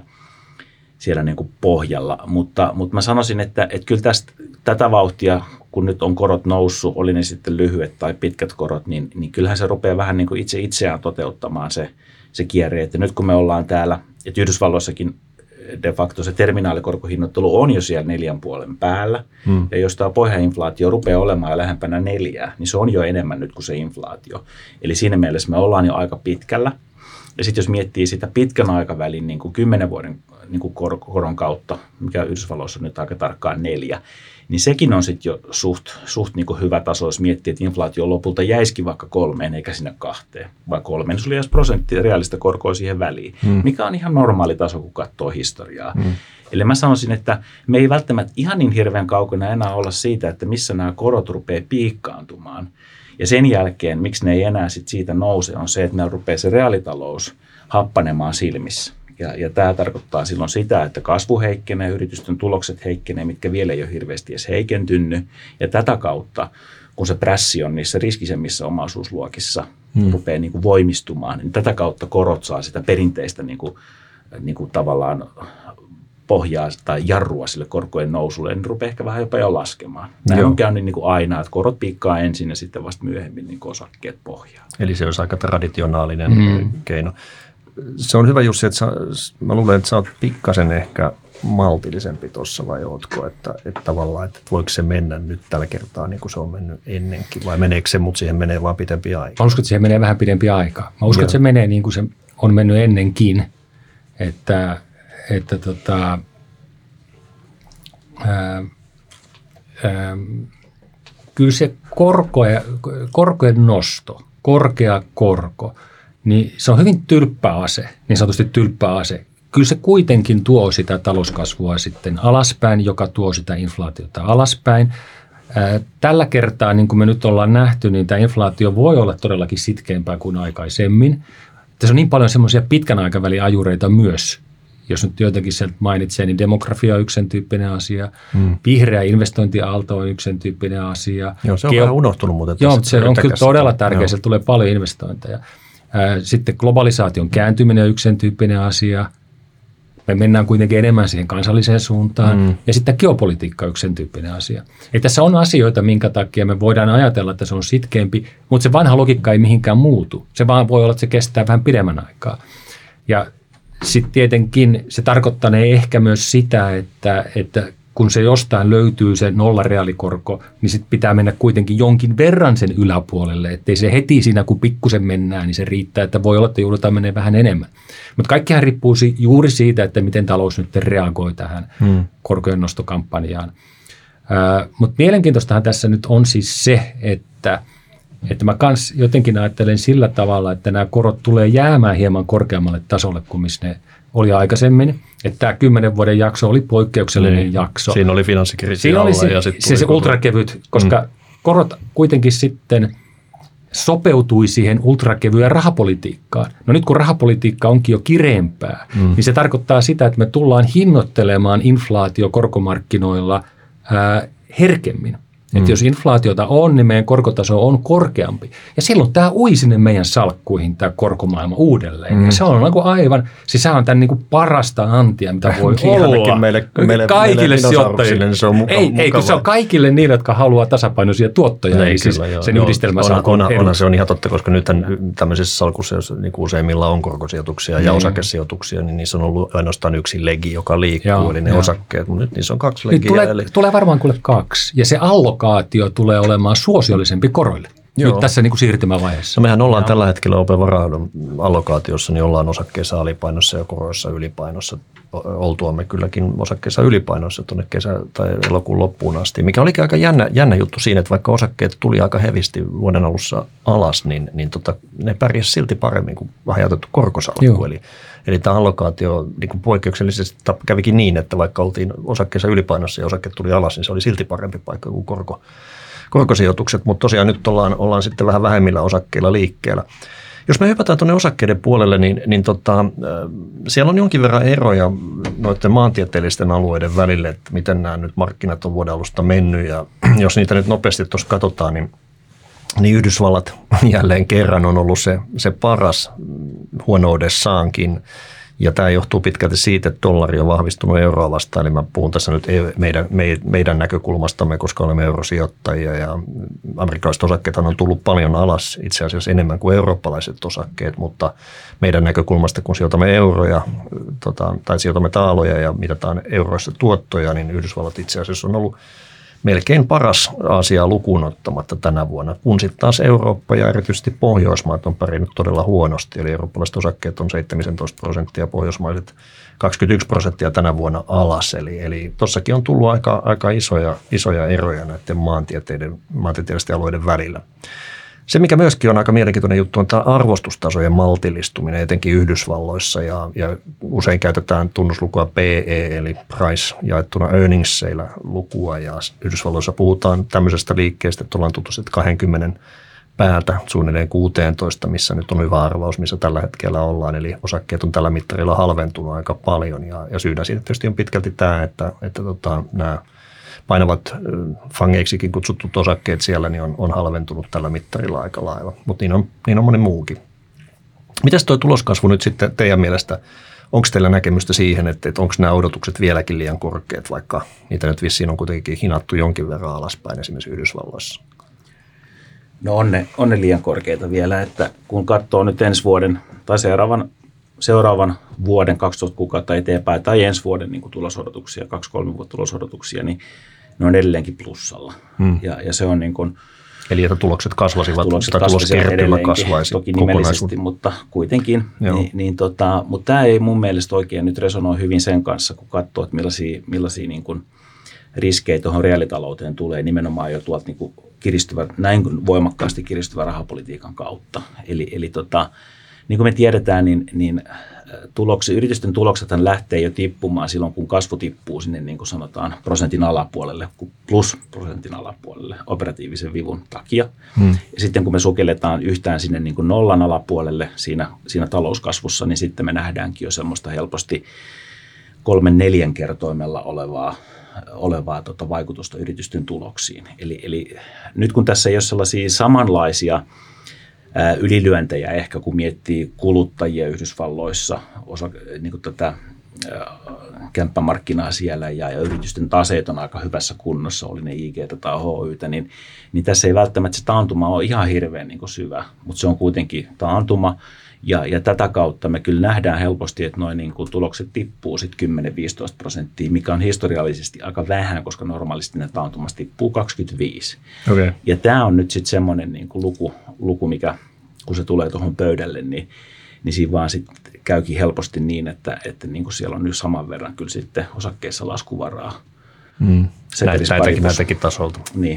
niin kuin pohjalla, mutta mä sanoisin, että kyllä tätä vauhtia, kun nyt on korot noussut, oli ne sitten lyhyet tai pitkät korot, niin kyllähän se rupeaa vähän niin kuin itseään toteuttamaan se kierre, että nyt kun me ollaan täällä, että Yhdysvalloissakin de facto se terminaalikorkohinnoittelu on jo siellä 4,5 päällä, ja jos tämä pohjainflaatio rupeaa olemaan jo lähempänä 4, niin se on jo enemmän nyt kuin se inflaatio. Eli siinä mielessä me ollaan jo aika pitkällä, ja sitten jos miettii sitä pitkän aikavälin niin kuin 10 vuoden niin kuin koron kautta, mikä Yhdysvalloissa on nyt aika tarkkaan 4, niin sekin on sitten jo suht niin kuin hyvä taso, jos miettii, että inflaatio lopulta jäisikin vaikka 3 eikä sinne 2, vai 3, niin sulla jäisi % reaalista korkoa siihen väliin, mikä on ihan normaali taso, kun katsoo historiaa. Eli mä sanoisin, että me ei välttämättä ihan niin hirveän kaukana enää olla siitä, että missä nämä korot rupeaa piikkaantumaan. Ja sen jälkeen, miksi ne ei enää siitä nouse, on se, että meillä rupeaa se reaalitalous happanemaan silmissä. Ja tämä tarkoittaa silloin sitä, että kasvu heikkenee, yritysten tulokset heikkenee, mitkä vielä ei ole hirveästi edes heikentynyt. Ja tätä kautta, kun se prässi on niissä riskisemmissä omaisuusluokissa, rupeaa niin kuin voimistumaan, niin tätä kautta korot saa sitä perinteistä niin kuin tavallaan pohjaa tai jarrua sille korkojen nousulle, niin rupeaa ehkä vähän jopa jo laskemaan. Näin on käynyt niin kuin aina, että korot piikkaa ensin ja sitten vasta myöhemmin niin kuin osakkeet pohjaa. Eli se olisi aika traditionaalinen keino. se on hyvä Jussi, että mä luulen, että sä oot pikkasen ehkä maltillisempi tuossa vai ootko, että tavallaan, että voiko se mennä nyt tällä kertaa niin kuin se on mennyt ennenkin vai meneekö se, mutta siihen menee vaan pidempi aika? Mä uskon, että siihen menee vähän pidempi aika. Mä uskon, että se menee niin kuin se on mennyt ennenkin, että kyllä se korkojen nosto, korkea korko, niin se on hyvin tylppä ase, niin sanotusti tylppä ase. Kyllä se kuitenkin tuo sitä talouskasvua sitten alaspäin, joka tuo sitä inflaatiota alaspäin. Tällä kertaa, niin kuin me nyt ollaan nähty, niin tämä inflaatio voi olla todellakin sitkeämpää kuin aikaisemmin. Tässä on niin paljon semmoisia pitkän aikavälin ajureita myös. Jos nyt joitakin sieltä mainitsee, niin demografia on yksi sen tyyppinen asia. Vihreä investointiaalto on yksi sen tyyppinen asia. Joo, se on vähän unohtunut muuten. Joo, mutta se on kyllä todella tärkeä. Sieltä tulee paljon investointeja. Sitten globalisaation kääntyminen on yksi sen tyyppinen asia. Me mennään kuitenkin enemmän siihen kansalliseen suuntaan. Ja sitten geopolitiikka on yksi sen tyyppinen asia. Eli tässä on asioita, minkä takia me voidaan ajatella, että se on sitkeämpi, mutta se vanha logiikka ei mihinkään muutu. Se vaan voi olla, että se kestää vähän pidemmän aikaa. Ja sitten tietenkin se tarkoittanee ehkä myös sitä, että kun se jostain löytyy se nollareaalikorko, niin sitten pitää mennä kuitenkin jonkin verran sen yläpuolelle, ettei se heti siinä, kun pikkusen mennään, niin se riittää, että voi olla, että joudutaan menee vähän enemmän. Mutta kaikkihan riippuu juuri siitä, että miten talous nyt reagoi tähän korkojen nostokampanjaan. Mutta mielenkiintoistahan tässä nyt on siis se, että mä kans jotenkin ajattelen sillä tavalla, että nämä korot tulee jäämään hieman korkeammalle tasolle kuin missä ne oli aikaisemmin. Että tämä 10 vuoden jakso oli poikkeuksellinen jakso. Siinä oli finanssikriisi alla ja sitten se ultrakevyt, koska korot kuitenkin sitten sopeutui siihen ultrakevyyn rahapolitiikkaan. No nyt kun rahapolitiikka onkin jo kireempää, niin se tarkoittaa sitä, että me tullaan hinnoittelemaan inflaatio korkomarkkinoilla herkemmin. Että jos inflaatiota on, niin meidän korkotaso on korkeampi. Ja silloin tämä ui sinne meidän salkkuihin, tämä korkomaailma uudelleen. Ja se on aivan, siis se on tämän niin kuin parasta antia, mitä voi olla. Meille kaikille sijoittajille. Niin se on ei, kun se on kaikille niille, jotka haluaa tasapainoisia tuottoja. Ei, siis kyllä, sen yhdistelmä onhan se on ihan totta, koska nyt tämmöisessä salkussa, jos niin useimmilla on korkosijoituksia ja osakesijoituksia, niin niissä on ollut ainoastaan yksi legi, joka liikkuu, eli ne osakkeet. Mutta nyt niissä on 2 legiä. Tulee varmaan kuule 2. Ja se allokaatio tulee olemaan suosiollisempi koroille. Joo. Nyt tässä niin kuin siirtymävaiheessa. No mehän ollaan tällä hetkellä Open Varahdon allokaatiossa, niin ollaan osakkeissa alipainossa ja koroissa ylipainossa. Oltuamme kylläkin osakkeissa ylipainossa tuonne tai elokuun loppuun asti, mikä olikin aika jännä juttu siinä, että vaikka osakkeet tuli aika hevisti vuoden alussa alas, niin ne pärjäsi silti paremmin kuin hajautettu korkosalkku. Eli tämä allokaatio niin poikkeuksellisesti kävikin niin, että vaikka oltiin osakkeissa ylipainossa ja osakkeet tuli alas, niin se oli silti parempi paikka kuin korkosijoitukset, mutta tosiaan nyt ollaan sitten vähän vähemmillä osakkeilla liikkeellä. Jos me hypätään tuonne osakkeiden puolelle, niin siellä on jonkin verran eroja noiden maantieteellisten alueiden välille, että miten nämä nyt markkinat on vuoden alusta mennyt. Ja jos niitä nyt nopeasti tuossa katsotaan, niin Yhdysvallat jälleen kerran on ollut se paras huonoudessaankin. Ja tämä johtuu pitkälti siitä, että dollari on vahvistunut euroa vastaan. Eli mä puhun tässä nyt meidän näkökulmastamme, koska olemme eurosijoittajia ja amerikkalaiset osakkeet on tullut paljon alas, itse asiassa enemmän kuin eurooppalaiset osakkeet, mutta meidän näkökulmasta, kun sijoitamme euroja tai sijoitamme taaloja ja mitataan euroissa tuottoja, niin Yhdysvallat itse asiassa on ollut melkein paras Aasiaa lukuun ottamatta tänä vuonna, kun sitten taas Eurooppa ja erityisesti Pohjoismaat on pärjännyt todella huonosti. Eli eurooppalaiset osakkeet on 17%, pohjoismaiset 21% tänä vuonna alas. Eli tuossakin on tullut aika isoja eroja näiden maantieteellisten alueiden välillä. Se, mikä myöskin on aika mielenkiintoinen juttu, on tämä arvostustasojen maltillistuminen, etenkin Yhdysvalloissa, ja usein käytetään tunnuslukua PE, eli price jaettuna earningsseillä lukua, ja Yhdysvalloissa puhutaan tämmöisestä liikkeestä, että ollaan tultu 20 päältä suunnilleen 16, missä nyt on hyvä arvaus, missä tällä hetkellä ollaan, eli osakkeet on tällä mittarilla halventunut aika paljon, ja syynä siitä tietysti on pitkälti tämä, että nämä painavat fangeiksikin kutsutut osakkeet siellä niin on halventunut tällä mittarilla aika lailla, mutta niin on monen muukin. Mitäs tuo tuloskasvu nyt sitten teidän mielestä, onko teillä näkemystä siihen, että onko nämä odotukset vieläkin liian korkeat, vaikka niitä nyt vissiin on kuitenkin hinattu jonkin verran alaspäin esimerkiksi Yhdysvalloissa? No on ne liian korkeita vielä, että kun katsoo nyt ensi vuoden tai seuraavan seuraavan vuoden 12 kuukautta eteenpäin tai ensi vuoden niin kuin tulosodotuksia, 2-3 vuotta tulosodotuksia, niin ne on edelleenkin plussalla. Ja se on niin kuin, eli että tulokset kasvasivat, tai tuloskertymä kasvaisi toki nimellisesti, mutta kuitenkin. Mutta tämä ei mun mielestä oikein nyt resonoi hyvin sen kanssa, kun katsoo, että millaisia niin kuin riskejä tuohon reaalitalouteen tulee nimenomaan jo tuolta niin kuin näin voimakkaasti kiristyvän rahapolitiikan kautta. Eli niin kuin me tiedetään, niin yritysten tuloksethan lähtee jo tippumaan silloin, kun kasvu tippuu sinne, niin kuin sanotaan, prosentin alapuolelle, plus prosentin alapuolelle operatiivisen vivun takia. Ja sitten kun me sukelletaan yhtään sinne niin kuin nollan alapuolelle siinä talouskasvussa, niin sitten me nähdäänkin jo semmoista helposti 3-4 kertoimella olevaa vaikutusta yritysten tuloksiin. Eli nyt kun tässä ei ole sellaisia samanlaisia ylilyöntejä ehkä, kun miettii kuluttajia Yhdysvalloissa, niin kuin tätä kämppämarkkinaa siellä ja yritysten taseet on aika hyvässä kunnossa, oli ne IG tai HYtä, niin tässä ei välttämättä se taantuma ole ihan hirveän niin kuin syvä, mutta se on kuitenkin taantuma. Ja tätä kautta me kyllä nähdään helposti, että noin niin kuin tulokset tippuu sitten 10-15%, mikä on historiallisesti aika vähän, koska normaalisti ne taantumassa tippuu 25%. Okay. Ja tämä on nyt sitten semmoinen niin kuin luku, mikä kun se tulee tuohon pöydälle, niin siinä vaan sitten käykin helposti niin, että niin kuin siellä on nyt saman verran kyllä sitten osakkeissa laskuvaraa. Näitäkin tasolta. Niin.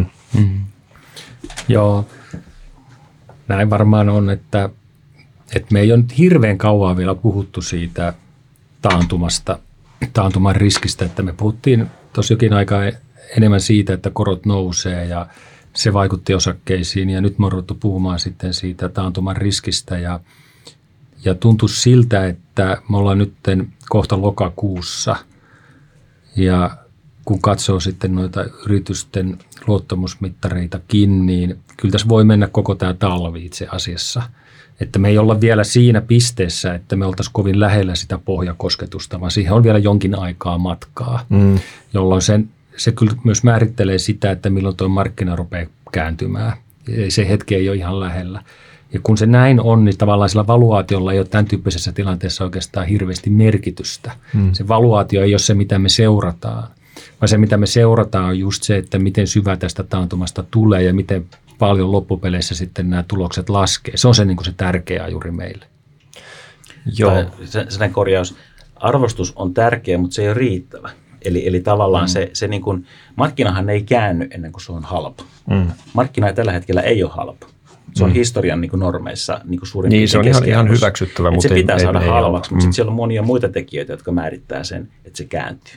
Joo, näin varmaan on, että me ei ole nyt hirveän kauan vielä puhuttu siitä taantuman riskistä, että me puhuttiin tuossa jokin aikaa enemmän siitä, että korot nousee ja se vaikutti osakkeisiin ja nyt me on ruvettu puhumaan sitten siitä taantuman riskistä ja tuntuu siltä, että me ollaan nyt kohta lokakuussa ja kun katsoo sitten noita yritysten luottamusmittareitakin, niin kyllä tässä voi mennä koko tämä talvi itse asiassa. Että me ei olla vielä siinä pisteessä, että me oltaisiin kovin lähellä sitä pohjakosketusta, vaan siihen on vielä jonkin aikaa matkaa, jolloin se kyllä myös määrittelee sitä, että milloin tuo markkina rupeaa kääntymään. Se hetki ei ole ihan lähellä. Ja kun se näin on, niin tavallaan sillä valuaatiolla ei ole tämän tyyppisessä tilanteessa oikeastaan hirveästi merkitystä. Se valuaatio ei ole se, mitä me seurataan, vaan se, mitä me seurataan, on just se, että miten syvä tästä taantumasta tulee ja miten paljon loppupeleissä sitten nämä tulokset laskee. Se on se, niin kuin se tärkeää juuri meille. Joo. Sen korjaus. Arvostus on tärkeä, mutta se ei ole riittävä. Eli tavallaan se niin kuin, markkinahan ei käänny ennen kuin se on halpa. Markkina tällä hetkellä ei ole halpa. Se on historian niin kuin normeissa niin kuin suurin piirtein se on ihan hyväksyttävä. Mutta se pitää saada halvaksi, mutta sitten siellä on monia muita tekijöitä, jotka määrittää sen, että se kääntyy.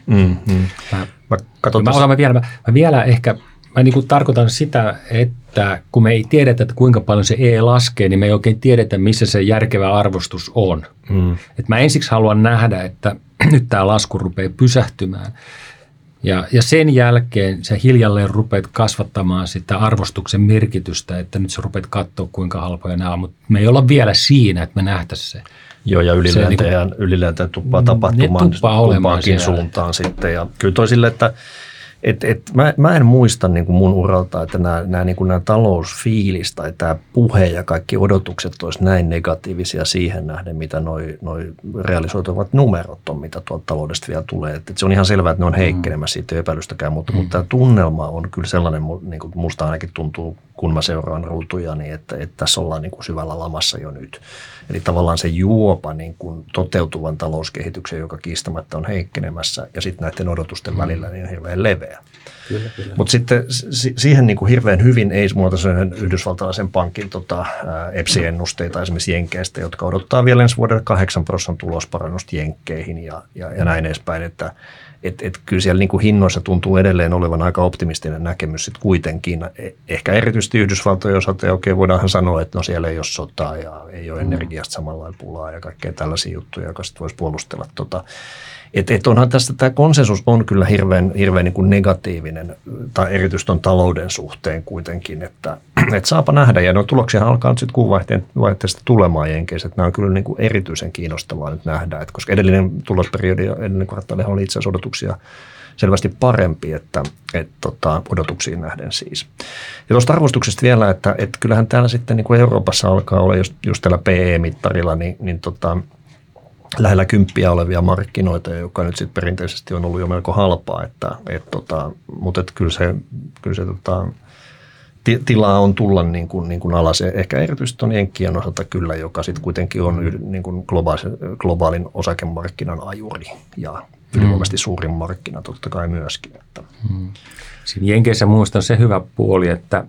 Mä vielä ehkä niin kuin tarkoitan sitä, että kun me ei tiedetä, että kuinka paljon se E laskee, niin me ei oikein tiedetä, missä se järkevä arvostus on. Et mä ensiksi haluan nähdä, että nyt tämä lasku rupeaa pysähtymään. Ja sen jälkeen sä hiljalleen rupeat kasvattamaan sitä arvostuksen merkitystä, että nyt sä rupeat katsoa, kuinka halpoja nämä on. Mutta me ei olla vielä siinä, että me nähtäisiin se. Joo, ja ylilääntäjä tuppaa tapahtumaan kumpaankin suuntaan sitten. Ja kyllä toi sille, että mä en muista niin kuin mun uralta, että nämä talousfiilis tai tämä puhe ja kaikki odotukset olisi näin negatiivisia siihen nähden, mitä noi realisoituvat numerot on, mitä tuolta taloudesta vielä tulee. Että se on ihan selvää, että ne on heikkenemässä, siitä ei epäilystäkään, mutta tämä tunnelma on kyllä sellainen, niin kuin musta ainakin tuntuu, kun mä seuraan ruutuja, niin että tässä ollaan niin kuin syvällä lamassa jo nyt. Eli tavallaan se juopa niin kuin toteutuvan talouskehityksen, joka kiistämättä on heikkenemässä, ja sitten näiden odotusten välillä niin on hirveän leveä. Mutta sitten siihen niin kuin hirveän hyvin ei muotoisen yhdysvaltalaisen pankin EPSI-ennusteita esimerkiksi Jenkeistä, jotka odottaa vielä ensi vuodelle 8% tulosparannusta Jenkkeihin ja näin edespäin, että kyllä siellä niin kuin hinnoissa tuntuu edelleen olevan aika optimistinen näkemys sitten kuitenkin. Ehkä erityisesti Yhdysvaltojen osalta, ja okei, voidaanhan sanoa, että no siellä ei ole sotaa ja ei ole energiasta samalla lailla pulaa ja kaikkea tällaisia juttuja, joka sitten voisi puolustella. Että onhan tästä tämä konsensus on kyllä hirveän niin kuin negatiivinen, tai erityisesti ton talouden suhteen kuitenkin, että saapa nähdä. Ja no tuloksia alkaa nyt sitten kuunvaihteesta tulemaan Jenkeissä, että nämä on kyllä niin kuin erityisen kiinnostavaa nyt nähdä, että koska edellinen tulosperiodi ja edellinen kvartaalihan oli itse asiassa odotuksia selvästi parempi, että odotuksiin nähden siis. Ja tuosta arvostuksesta vielä, että kyllähän täällä sitten niin kuin Euroopassa alkaa olla just tällä PE-mittarilla, niin lähellä 10 olevia markkinoita, joka nyt sitten perinteisesti on ollut jo melko halpaa, mutta kyllä se tilaa on tulla niin kuin alas. Ehkä erityisesti on Jenkkien osalta kyllä, joka sitten kuitenkin on niin kuin globaalin osakemarkkinan ajuri ja ylivoimaisesti suurin markkina totta kai myöskin. Siinä Jenkeissä muistan se hyvä puoli, että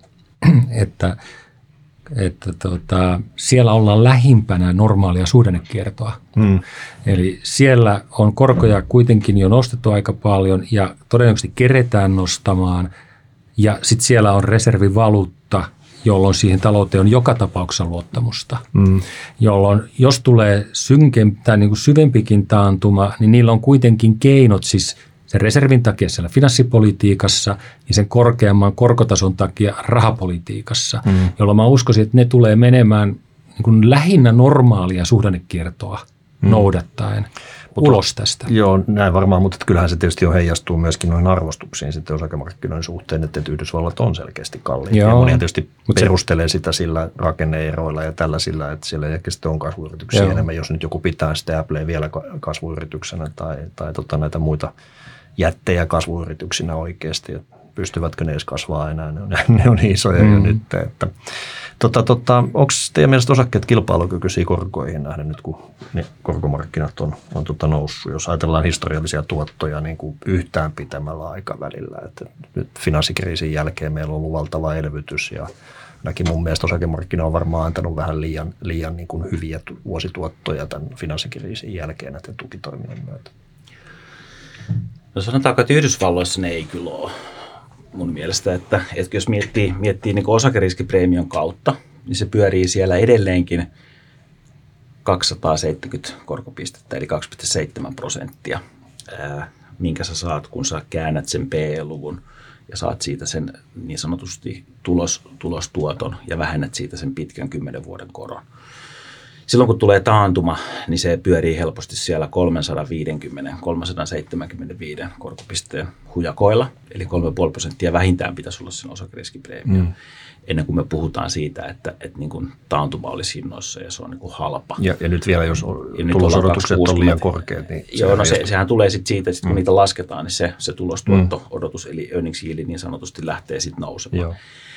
siellä ollaan lähimpänä normaalia suhdannekiertoa. Eli siellä on korkoja kuitenkin jo nostettu aika paljon ja todennäköisesti keretään nostamaan. Ja sitten siellä on reservivaluutta, jolloin siihen talouteen on joka tapauksessa luottamusta. Jolloin jos tulee niin kuin syvempikin taantuma, niin niillä on kuitenkin keinot siis sen reservin takia siellä finanssipolitiikassa ja sen korkeamman korkotason takia rahapolitiikassa, jolloin mä uskoisin, että ne tulee menemään niin kuin lähinnä normaalia suhdannekiertoa noudattaen ulos tästä. Joo, näin varmaan, mutta kyllähän se tietysti jo heijastuu myöskin noihin arvostuksiin sitten osakemarkkinoiden suhteen, että Yhdysvallat on selkeästi kalliimpi. Ja monia tietysti perustelee sitä sillä rakenne-eroilla ja tällaisilla, että siellä ehkä sitten on kasvuyrityksiä enemmän, jos nyt joku pitää sitä Applea vielä kasvuyrityksenä tai näitä muita jättejä kasvuyrityksinä oikeasti, että pystyvätkö ne edes kasvaa enää, ne on isoja jo nyt. Onko teidän mielestä osakkeet kilpailukykyisiä korkoihin nähden nyt, kun ne korkomarkkinat on noussut, jos ajatellaan historiallisia tuottoja niin kuin yhtään pitemmällä aikavälillä, että nyt finanssikriisin jälkeen meillä on ollut valtava elvytys ja ainakin mun mielestä osakemarkkina on varmaan antanut vähän liian niin kuin hyviä vuosituottoja tämän finanssikriisin jälkeen näiden tukitoimien myötä. No sanotaanko, että Yhdysvalloissa ne ei kyllä ole mun mielestä, että jos miettii niin osakeriskipreemion kautta, niin se pyörii siellä edelleenkin 270 korkopistettä, eli 2,7%, minkä sä saat, kun sä käännät sen PE-luvun ja saat siitä sen niin sanotusti tulostuoton ja vähennät siitä sen pitkän 10 vuoden koron. Silloin kun tulee taantuma, niin se pyörii helposti siellä 375 korkopisteen hujakoilla, eli 3,5% vähintään pitäisi olla sen osakeriskipreemio, ennen kuin me puhutaan siitä, että niin kuin taantuma olisi hinnoissa ja se on niin kuin halpa. Ja nyt vielä, jos tulosodotukset on liian korkeat, niin sehän tulee sitten siitä, että kun niitä lasketaan, niin se tulostuotto-odotus, eli earnings yield niin sanotusti lähtee sitten nousemaan.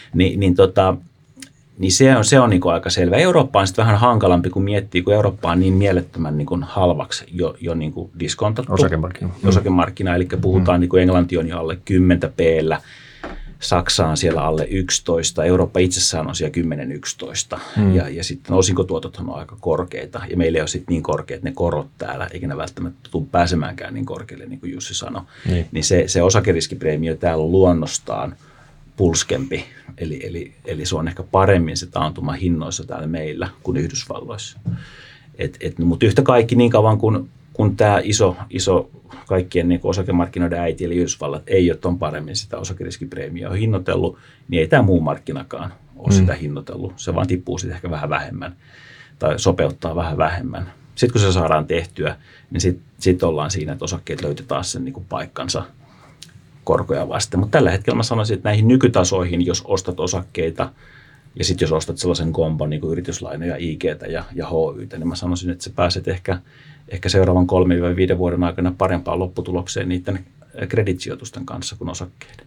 Niin se on niin kuin aika selvä. Eurooppa on sitten vähän hankalampi, kun miettii, kun Eurooppa on niin mielettömän niin kuin halvaksi jo niin kuin diskontattu. Osakemarkkina, eli puhutaan, niin kuin Englanti on jo alle 10 P:llä, Saksa on siellä alle 11, Eurooppa itsessään on siellä 10-11, ja sitten osinkotuotot on aika korkeita, ja meillä ei ole sitten niin korkeat ne korot täällä, eikä ne välttämättä tule pääsemäänkään niin korkealle, niin kuin Jussi sanoi. Niin se osakeriskipreemio täällä on luonnostaan pulskempi, eli se on ehkä paremmin se taantuma hinnoissa täällä meillä kuin Yhdysvalloissa. Mutta yhtä kaikki niin kauan kun tämä iso kaikkien niin osakemarkkinoiden äiti, eli Yhdysvallat, ei ole ton paremmin sitä osakeriskipreemiaa hinnoitellut, niin ei tämä muu markkinakaan ole sitä hinnoitellut. Se vaan tippuu sitten ehkä vähän vähemmän tai sopeuttaa vähän vähemmän. Sitten kun se saadaan tehtyä, niin sitten ollaan siinä, että osakkeet löytää taas sen niin kuin paikkansa korkoja vasten. Mutta tällä hetkellä mä sanoisin, että näihin nykytasoihin, jos ostat osakkeita ja sitten jos ostat sellaisen kombon niin kuin yrityslainoja, IG:tä ja HY:tä, niin mä sanoisin, että sä pääset ehkä seuraavan 3-5 vuoden aikana parempaan lopputulokseen niiden kreditsijoitusten kanssa kuin osakkeiden.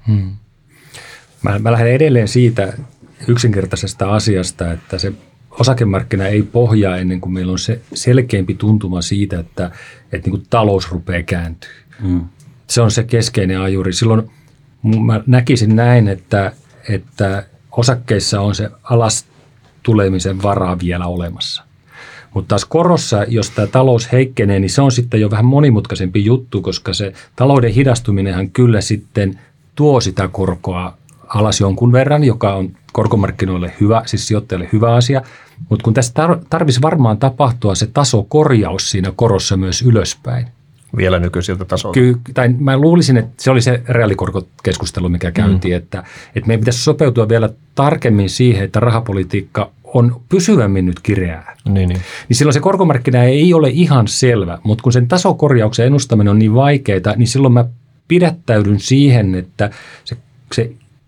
Mä lähden edelleen siitä yksinkertaisesta asiasta, että se osakemarkkina ei pohjaa ennen kuin meillä on se selkeämpi tuntuma siitä, että niin kuin talous rupeaa kääntyä. Se on se keskeinen ajuri. Silloin mä näkisin näin, että osakkeissa on se alas tulemisen varaa vielä olemassa. Mutta taas korossa, jos tämä talous heikkenee, niin se on sitten jo vähän monimutkaisempi juttu, koska se talouden hidastuminenhan kyllä sitten tuo sitä korkoa alas jonkun verran, joka on korkomarkkinoille hyvä, siis sijoittajalle hyvä asia. Mutta kun tässä tarvitsisi varmaan tapahtua se tasokorjaus siinä korossa myös ylöspäin. Vielä nykyisiltä tasolta. Tai mä luulisin, että se oli se reaalikorkokeskustelu, mikä käytiin, että meidän pitäisi sopeutua vielä tarkemmin siihen, että rahapolitiikka on pysyvämmin nyt kireää. Niin silloin se korkomarkkina ei ole ihan selvä, mutta kun sen tasokorjauksen ennustaminen on niin vaikeaa, niin silloin mä pidättäydyn siihen, että se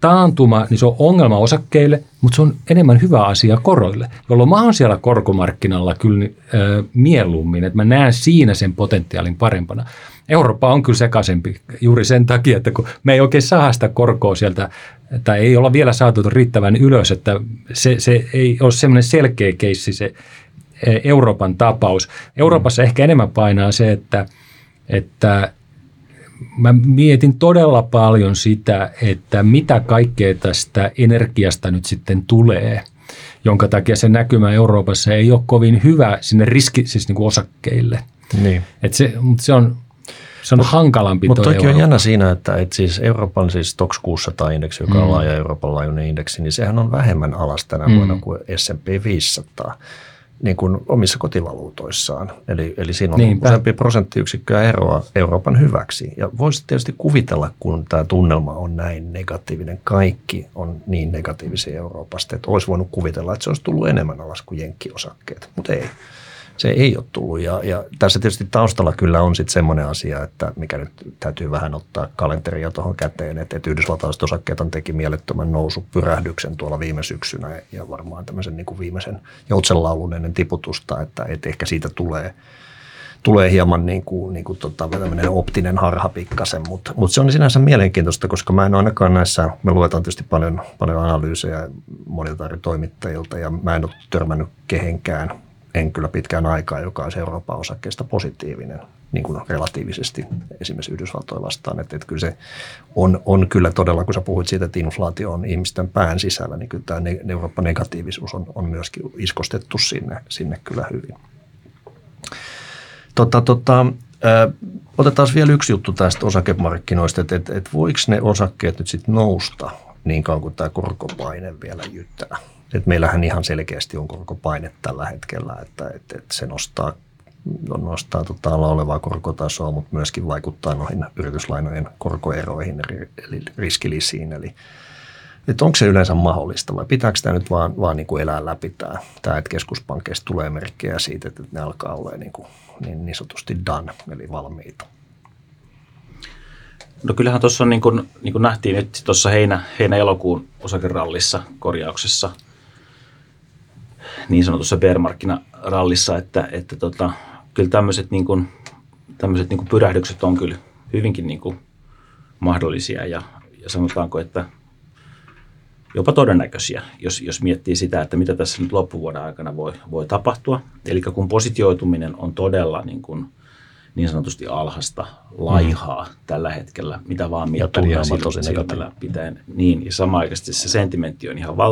taantuma, niin se on ongelma osakkeille, mutta se on enemmän hyvä asia koroille, jolloin mä oon siellä korkomarkkinalla kyllä mieluummin, että mä näen siinä sen potentiaalin parempana. Eurooppa on kyllä sekaisempi juuri sen takia, että kun me ei oikein saa sitä korkoa sieltä, tai ei olla vielä saatu riittävän ylös, että se ei ole semmoinen selkeä keissi se Euroopan tapaus. Euroopassa ehkä enemmän painaa se, että mä mietin todella paljon sitä, että mitä kaikkea tästä energiasta nyt sitten tulee, jonka takia se näkymä Euroopassa ei ole kovin hyvä sinne siis niin kuin osakkeille. Niin. Mutta se on hankalampi. Mutta toki on jännä siinä, että siis Euroopan siis TOXX 600-indeksi, joka on laaja Euroopan laajuinen indeksi, niin sehän on vähemmän alas tänä vuonna kuin S&P 500 niin kuin omissa kotivaluutoissaan. Eli siinä on useampia prosenttiyksikköä eroa Euroopan hyväksi. Ja voisi tietysti kuvitella, kun tämä tunnelma on näin negatiivinen, kaikki on niin negatiivisia Euroopasta, että olisi voinut kuvitella, että se olisi tullut enemmän alas kuin jenkkiosakkeet, mutta ei. Se ei ole tullut ja tässä tietysti taustalla kyllä on sitten semmoinen asia, että mikä nyt täytyy vähän ottaa kalenteria tuohon käteen, että yhdysvaltalaiset osakkeet teki mielettömän nousupyrähdyksen tuolla viime syksynä ja varmaan tämmöisen niin kuin viimeisen joutsenlaulun ennen tiputusta, että ehkä siitä tulee hieman tämmöinen optinen harha pikkasen, mutta se on sinänsä mielenkiintoista, koska mä en ainakaan näissä, me luetaan tietysti paljon analyysejä monilta eri toimittajilta ja mä en ole törmännyt kehenkään, en kyllä pitkään aikaa, joka olisi Euroopan osakkeista positiivinen niin kuin relatiivisesti esimerkiksi Yhdysvaltoja vastaan. Että kyllä se on kyllä todella, kun sä puhuit siitä, että inflaatio on ihmisten pään sisällä, niin kyllä tämä Euroopan negatiivisuus on myöskin iskostettu sinne kyllä hyvin. Otetaan vielä yksi juttu tästä osakemarkkinoista, että voiko ne osakkeet nyt sitten nousta niin kauan kuin tämä korkopaine vielä jyttää. Et meillähän ihan selkeästi on korkopaine tällä hetkellä, että se nostaa alla olevaa korkotasoa, mutta myöskin vaikuttaa noihin yrityslainojen korkoeroihin eli riskilisiin. Eli että onko se yleensä mahdollista vai pitääkö tämä nyt vaan niin kuin elää läpi tämä, että keskuspankkeista tulee merkkejä siitä, että ne alkaa olla niin sanotusti done, eli valmiita? No kyllähän tuossa on niin kuin nähtiin nyt tuossa heinä-elokuun osakerallissa korjauksessa, niin sanotussa bear-markkinarallissa, että kyllä tämmöiset niin kuin pyrähdykset on kyllä hyvinkin niin kuin mahdollisia ja sanotaanko, että jopa todennäköisiä, jos miettii sitä, että mitä tässä nyt loppuvuoden aikana voi tapahtua. Eli kun positioituminen on todella niin sanotusti alhaista laihaa tällä hetkellä, mitä vaan miettii silmällä pitäen. Niin, ja samanaikaisesti se sentimentti on ihan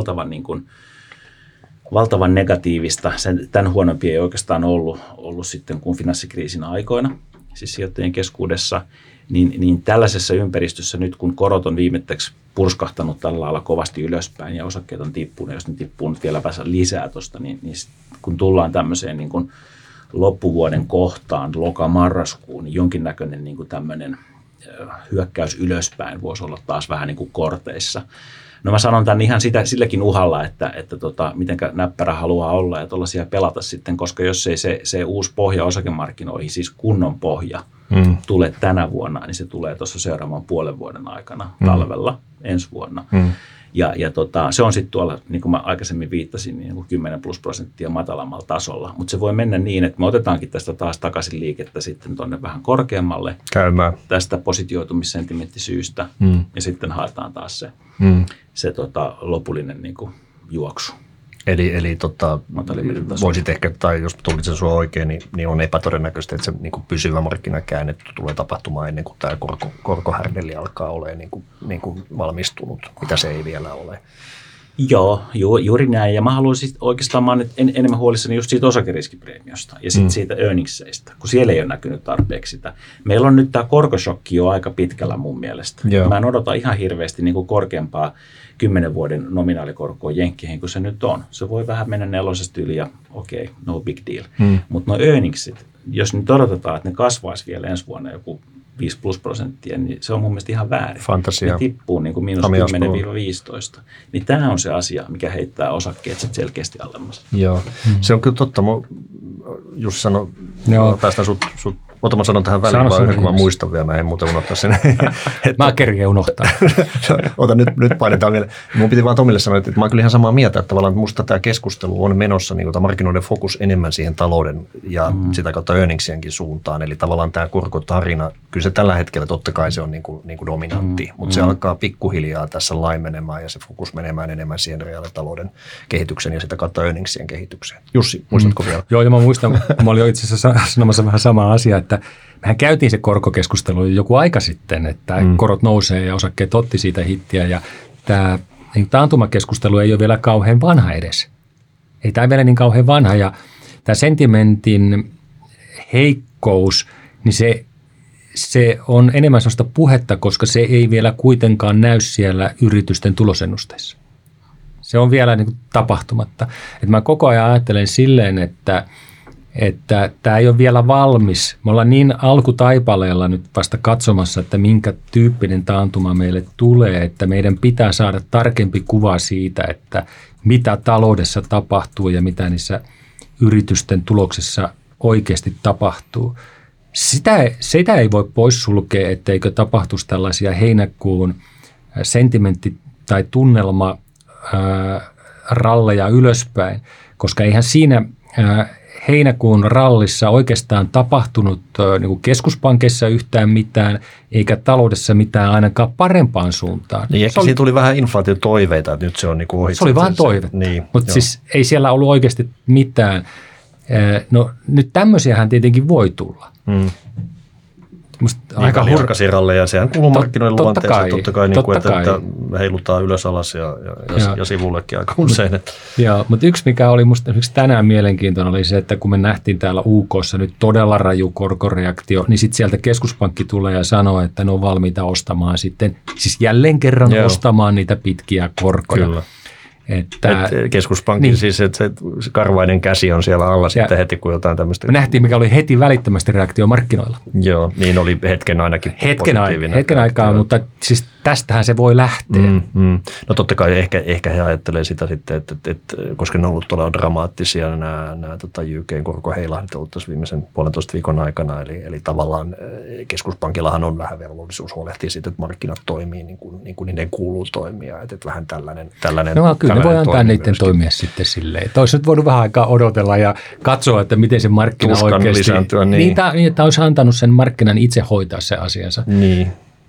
valtavan negatiivista. Tämän huonompi ei oikeastaan ollut sitten kuin finanssikriisin aikoina, siis sijoittajien keskuudessa. Niin tällaisessa ympäristössä nyt, kun korot on viimeiseksi purskahtanut tällä lailla kovasti ylöspäin ja osakkeet on tippunut, jos ne tippuu nyt vielä päässä lisää tuosta, niin kun tullaan tämmöiseen niin kuin loppuvuoden kohtaan, loka-marraskuun, niin jonkinnäköinen niin kuin tämmöinen hyökkäys ylöspäin voisi olla taas vähän niin kuin korteissa. No mä sanon tämän ihan silläkin uhalla, että mitenkä näppärä haluaa olla ja tuollaisia pelata sitten, koska jos ei se uusi pohja osakemarkkinoihin, siis kunnon pohja, tule tänä vuonna, niin se tulee tuossa seuraavan puolen vuoden aikana talvella ensi vuonna. Ja se on sitten tuolla, niin kuin mä aikaisemmin viittasin, niin 10+% matalammalla tasolla. Mutta se voi mennä niin, että me otetaankin tästä taas takaisin liikettä sitten tuonne vähän korkeammalle käymään tästä positioitumissentimenttisyystä ja sitten haetaan taas se lopullinen niin kuin juoksu. Eli voisit ehkä, tai jos tulkitsen sinua oikein, niin on epätodennäköistä, että se niin kuin pysyvä markkinakäänne tulee tapahtumaan ennen kuin tämä korkohärdeli alkaa olemaan niin kuin valmistunut, mitä se ei vielä ole. Joo, juuri näin. Ja mä haluaisin oikeastaan, mä oon enemmän huolissani just siitä osakeriskipreemiosta ja sitten siitä earningseista, kun siellä ei ole näkynyt tarpeeksi sitä. Meillä on nyt tämä korkoshokki jo aika pitkällä mun mielestä. Joo. Mä en odota ihan hirveästi niin kuin korkeampaa 10 vuoden nominaalikorkoa jenkkeihin kuin se nyt on. Se voi vähän mennä 4 yli ja okei, no big deal. Mutta nuo earningsit, jos nyt odotetaan, että ne kasvaisi vielä ensi vuonna joku 5+%, niin se on mun mielestä ihan väärin. Fantasia. Ne tippuu niin kuin -10–15. Niin tämä on se asia, mikä heittää osakkeet sitten selkeästi alemmas. Joo, se on kyllä totta. Jussi sanoi, päästään sut mä sanon tähän väliin vaan yhden, kun mä muistan vielä, mä en muuten unohtaa sen. Mä kerkeen unohtaa. Ota nyt painetaan vielä. Mun piti vaan Tomille sanoa, että mä oon kyllä ihan samaa mieltä, että tavallaan musta tämä keskustelu on menossa niin tämä markkinoiden fokus enemmän siihen talouden ja sitä kautta earningsienkin suuntaan. Eli tavallaan tämä korkotarina, kyllä se tällä hetkellä totta kai se on niin kuin dominantti, mutta se alkaa pikkuhiljaa tässä laimenemaan ja se fokus menemään enemmän siihen reaalitalouden kehityksen ja sitä kautta earningsien kehitykseen. Jussi, muistatko vielä? Joo, ja mä muistan, mä olin itse asiassa sanomassa vähän sama asia, että mehän käytiin se korkokeskustelu joku aika sitten, että korot nousee ja osakkeet otti siitä hittiä ja tämä taantumakeskustelu ei ole vielä kauhean vanha edes. Ei tämä vielä niin kauhean vanha ja tämä sentimentin heikkous, niin se on enemmän sellaista puhetta, koska se ei vielä kuitenkaan näy siellä yritysten tulosennusteissa. Se on vielä niin kuin tapahtumatta. Että mä koko ajan ajattelen silleen, että tämä ei ole vielä valmis. Me ollaan niin alkutaipaleella nyt vasta katsomassa, että minkä tyyppinen taantuma meille tulee, että meidän pitää saada tarkempi kuva siitä, että mitä taloudessa tapahtuu ja mitä niissä yritysten tuloksissa oikeasti tapahtuu. Sitä ei voi poissulkea, etteikö tapahtuisi tällaisia heinäkuun sentimentti- tai tunnelma ralleja ylöspäin, koska eihän siinä heinäkuun rallissa oikeastaan tapahtunut niin kuin keskuspankeissa yhtään mitään, eikä taloudessa mitään ainakaan parempaan suuntaan. Niin ehkä siinä tuli vähän inflaatiotoiveita, että nyt se on niin kuin ohi. Se oli vaan toive, niin, mutta siis ei siellä ollut oikeasti mitään. No nyt tämmöisiähän tietenkin voi tulla. Aika hurkaisia ralleja, sehän kuuluu markkinoiden luonteeseen, totta kai, niin kuin, että heilutaan ylös alas ja sivullekin aika usein. Joo, mutta yksi mikä oli musta esimerkiksi tänään mielenkiintoinen oli se, että kun me nähtiin täällä UK:ssa nyt todella raju korkoreaktio, niin sitten sieltä keskuspankki tulee ja sanoo, että ne on valmiita ostamaan sitten, siis jälleen kerran ostamaan niitä pitkiä korkoja. Kyllä. Että keskuspankin niin. Siis, että se karvainen käsi on siellä alla sitten heti, kun jotain tämmöistä. Me nähtiin, mikä oli heti välittömästi reaktio markkinoilla. Joo, niin oli hetken ainakin positiivinen. Hetken aikaa, mutta siis tästähän se voi lähteä. No totta kai ehkä he ajattelee sitä sitten, että koska ne on ollut todella dramaattisia nämä UK:n korkoheilahdit ollut tässä viimeisen 1,5 viikon aikana. Eli tavallaan keskuspankillahan on vähän velvollisuus huolehtia siitä, että markkinat toimii niin kuin niiden kuuluu toimia. Että vähän tällainen no kyllä ne voi antaa niiden toimia sitten silleen. Että olisi nyt voinut vähän aikaa odotella ja katsoa, että miten se markkina tuskan oikeasti. Lisääntyä, niin, että olisi antanut sen markkinan itse hoitaa se asiansa. Niin.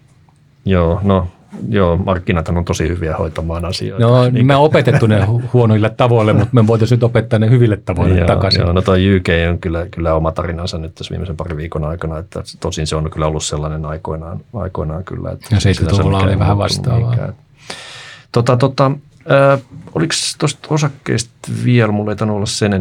Joo, markkinathan on tosi hyviä hoitamaan asioita. No, me on opetettu ne huonoille tavoille, mutta me voitaisiin nyt opettaa ne hyville tavoille takaisin. Joo, no toi UK on kyllä oma tarinansa nyt tässä viimeisen parin viikon aikana, että tosin se on kyllä ollut sellainen aikoinaan kyllä. Että ja 70-luvulla oli vähän vastaavaa. Oliko tuosta osakkeesta vielä, mulla ei tainnut olla sen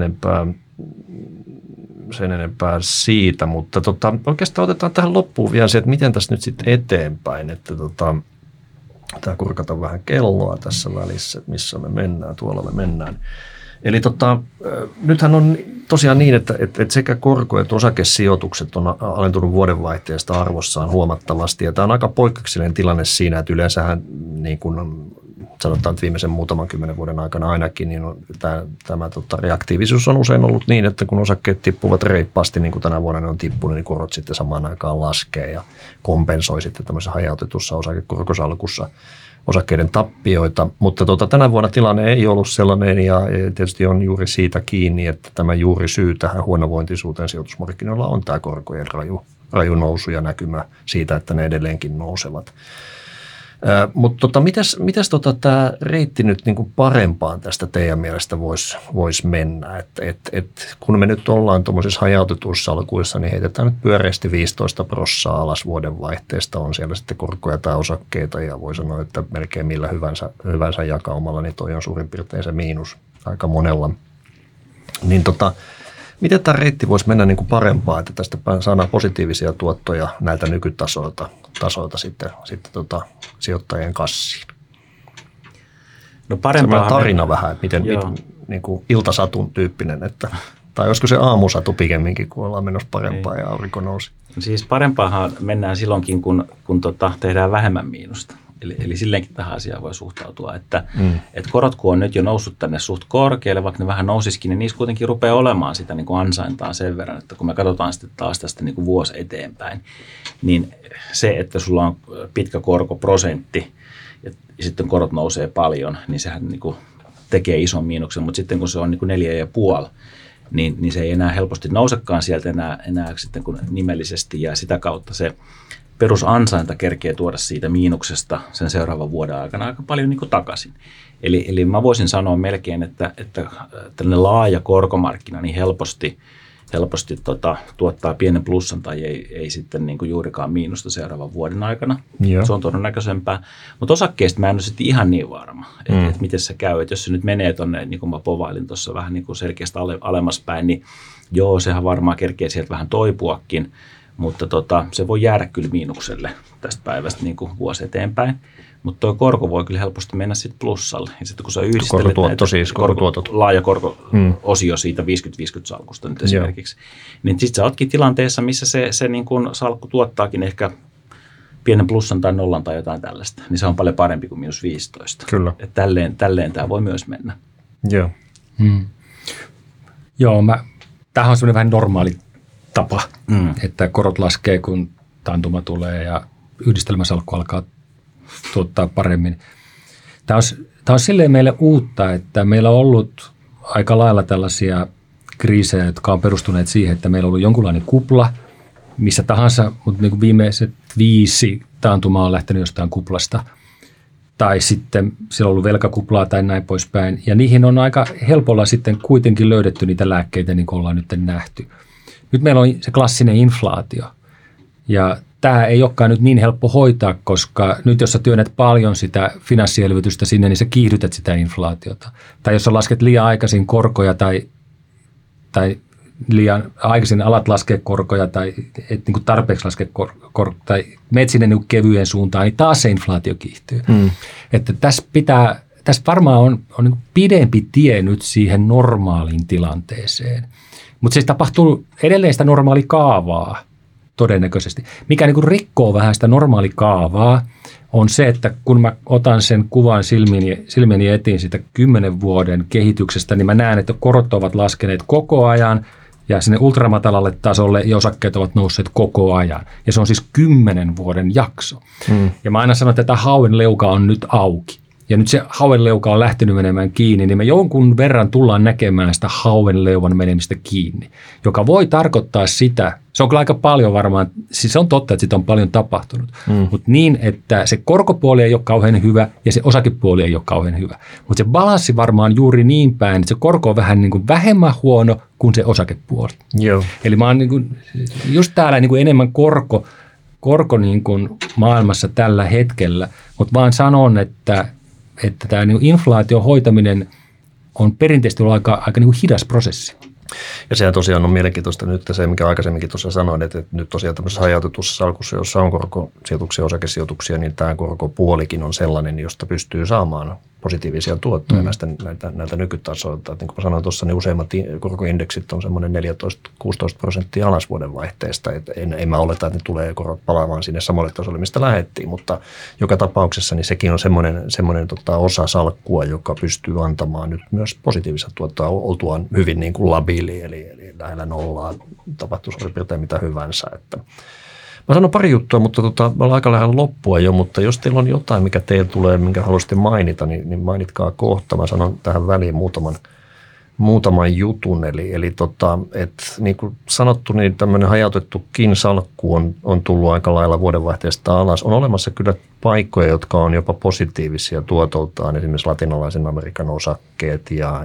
enempää siitä, mutta oikeastaan otetaan tähän loppuun vielä se, että miten tässä nyt sitten eteenpäin, että tämä kurkata vähän kelloa tässä välissä, että missä me mennään, tuolla me mennään. Eli nythän on tosiaan niin, että sekä korko- että osakesijoitukset on alentunut vuodenvaihteesta arvossaan huomattavasti, ja tämä on aika poikkeuksellinen tilanne siinä, että yleensähän niin kuin sanotaan, että viimeisen muutaman 10 vuoden aikana ainakin, niin tämä reaktiivisuus on usein ollut niin, että kun osakkeet tippuvat reippaasti, niin kuin tänä vuonna ne on tippunut, niin korot sitten samaan aikaan laskee ja kompensoi sitten tämmöisessä hajautetussa osakekorkosalkussa osakkeiden tappioita. Mutta tänä vuonna tilanne ei ollut sellainen ja tietysti on juuri siitä kiinni, että tämä juuri syy tähän huonovointisuuteen sijoitusmarkkinoilla on tämä korkojen raju nousu ja näkymä siitä, että ne edelleenkin nousevat. Mutta mitäs tämä reitti nyt niin kuin parempaan tästä teidän mielestä voisi mennä? Et kun me nyt ollaan tuommoisissa hajautetuissa salkuissa, niin heitetään nyt pyöreästi 15% alas vuodenvaihteesta. On siellä sitten korkoja tai osakkeita ja voi sanoa, että melkein millä hyvänsä jakaumalla, niin toi on suurin piirtein se miinus aika monella. Niin miten tämä reitti voisi mennä niin kuin parempaan, että tästä saadaan positiivisia tuottoja näiltä nykytasoilta sitten sijoittajien kassiin? No parempaa tarina vähän, että miten niin kuin iltasatun tyyppinen, tai olisiko se aamusatu pikemminkin, kun ollaan menossa parempaan ja aurinko nousi? Siis parempaahan mennään silloinkin, kun tehdään vähemmän miinusta. Eli silleenkin tähän asiaan voi suhtautua, että korot kun on nyt jo noussut tänne suht korkealle, vaikka ne vähän nousisikin, niin niissä kuitenkin rupeaa olemaan sitä niin kuin ansaintaa sen verran, että kun me katsotaan sitten taas tästä niin kuin vuosi eteenpäin, niin se, että sulla on pitkä korkoprosentti ja sitten korot nousee paljon, niin sehän niin kuin tekee ison miinuksen, mutta sitten kun se on niin kuin 4,5, niin se ei enää helposti nousekaan sieltä enää sitten kun nimellisesti, ja sitä kautta se perusansainta kerkee tuoda siitä miinuksesta sen seuraavan vuoden aikana aika paljon niin kuin takaisin. Eli mä voisin sanoa melkein, että tällainen laaja korkomarkkina niin helposti tuottaa pienen plussan tai ei sitten niin kuin juurikaan miinusta seuraavan vuoden aikana. Joo. Se on todennäköisempää. Mutta osakkeista mä en ole sitten ihan niin varma, että miten se käy. Että jos se nyt menee tuonne, niin kuin mä povailin tuossa vähän niin kuin selkeästi alemmaspäin, niin joo, sehän varmaan kerkee sieltä vähän toipuakin. Mutta se voi jäädä kyllä miinukselle tästä päivästä niin kuin vuosi eteenpäin. Mutta tuo korko voi kyllä helposti mennä sitten plussalle. Ja sitten kun sä yhdistelet laaja korko-osio siitä 50-50 salkusta nyt esimerkiksi, niin sitten sä ootkin tilanteessa, missä se niin kun salkku tuottaakin ehkä pienen plussan tai nollan tai jotain tällaista. Niin se on paljon parempi kuin -15. Kyllä. Et tälleen tämä voi myös mennä. Joo. Joo, tämähän on semmoinen vähän normaali tapa, että korot laskee, kun taantuma tulee ja yhdistelmäsalkku alkaa tuottaa paremmin. Tämä on silleen meille uutta, että meillä on ollut aika lailla tällaisia kriisejä, jotka on perustuneet siihen, että meillä on ollut jonkunlainen kupla, missä tahansa, mutta niin kuin viimeiset 5 taantumaa on lähtenyt jostain kuplasta. Tai sitten siellä on ollut velkakuplaa tai näin poispäin. Ja niihin on aika helpolla sitten kuitenkin löydetty niitä lääkkeitä, niin kuin ollaan nyt nähty. Nyt meillä on se klassinen inflaatio. Ja tämä ei olekaan nyt niin helppo hoitaa, koska nyt jos sä työnnät paljon sitä finanssielvytystä sinne, niin sä kiihdytät sitä inflaatiota. Tai jos sä lasket liian aikaisin korkoja tai liian aikaisin alat laskea korkoja tai et niin kuin tarpeeksi laskea tai menet sinne niin kevyen suuntaan, niin taas se inflaatio kiihtyy. Että tässä varmaan on niin kuin pidempi tie nyt siihen normaaliin tilanteeseen. Mutta se tapahtuu edelleen sitä normaalikaavaa todennäköisesti. Mikä niin kuin rikkoo vähän sitä normaalikaavaa on se, että kun mä otan sen kuvan silmieni etiin sitä 10 vuoden kehityksestä, niin mä näen, että korot ovat laskeneet koko ajan ja sinne ultramatalalle tasolle ja osakkeet ovat nousseet koko ajan. Ja se on siis 10 vuoden jakso. Ja mä aina sanon, että tämä hauen leuka on nyt auki. Ja nyt se hauenleuka on lähtenyt menemään kiinni, niin me jonkun verran tullaan näkemään sitä hauenleuvan menemistä kiinni, joka voi tarkoittaa sitä, se on kyllä aika paljon varmaan, siis se on totta, että sitä on paljon tapahtunut, mutta niin, että se korkopuoli ei ole kauhean hyvä ja se osakepuoli ei ole kauhean hyvä. Mutta se balanssi varmaan juuri niin päin, että se korko on vähän niin kuin vähemmän huono kuin se osakepuoli. Joo. Eli mä oon niin kuin, just täällä niin kuin enemmän korko niin kuin maailmassa tällä hetkellä, mutta vaan sanon, että tämä niin inflaation hoitaminen on perinteisesti ollut aika niin hidas prosessi. Ja sehän tosiaan on mielenkiintoista nyt se, mikä aikaisemminkin tuossa sanoin, että nyt tosiaan tämmöisessä hajautetussa salkussa, jossa on korkosijoituksia ja osakesijoituksia, niin tämä korkopuolikin on sellainen, josta pystyy saamaan positiivisia tuottoja näiltä nykytasoilta. Niin kuin mä sanoin tuossa, niin useimmat korkoindeksit on semmoinen 14-16% alas vuoden vaihteesta. En mä oleta, että ne tulee korot palaamaan sinne samalle tasolle, mistä lähdettiin, mutta joka tapauksessa niin sekin on semmoinen osa salkkua, joka pystyy antamaan nyt myös positiivista tuottoa oltuaan hyvin niin kuin labiili, eli lähellä nollaa, tapahtuu suurin piirtein mitä hyvänsä. Mä sanon pari juttua, mutta me ollaan aika lähellä loppua jo, mutta jos teillä on jotain, mikä teille tulee, minkä haluaisitte mainita, niin mainitkaa kohta. Mä sanon tähän väliin muutaman jutun. Eli että niin kuin sanottu, niin tämmöinen hajautettukin salkku on tullut aika lailla vuodenvaihteesta alas. On olemassa kyllä paikkoja, jotka on jopa positiivisia tuotoltaan, esimerkiksi latinalaisen Amerikan osakkeet ja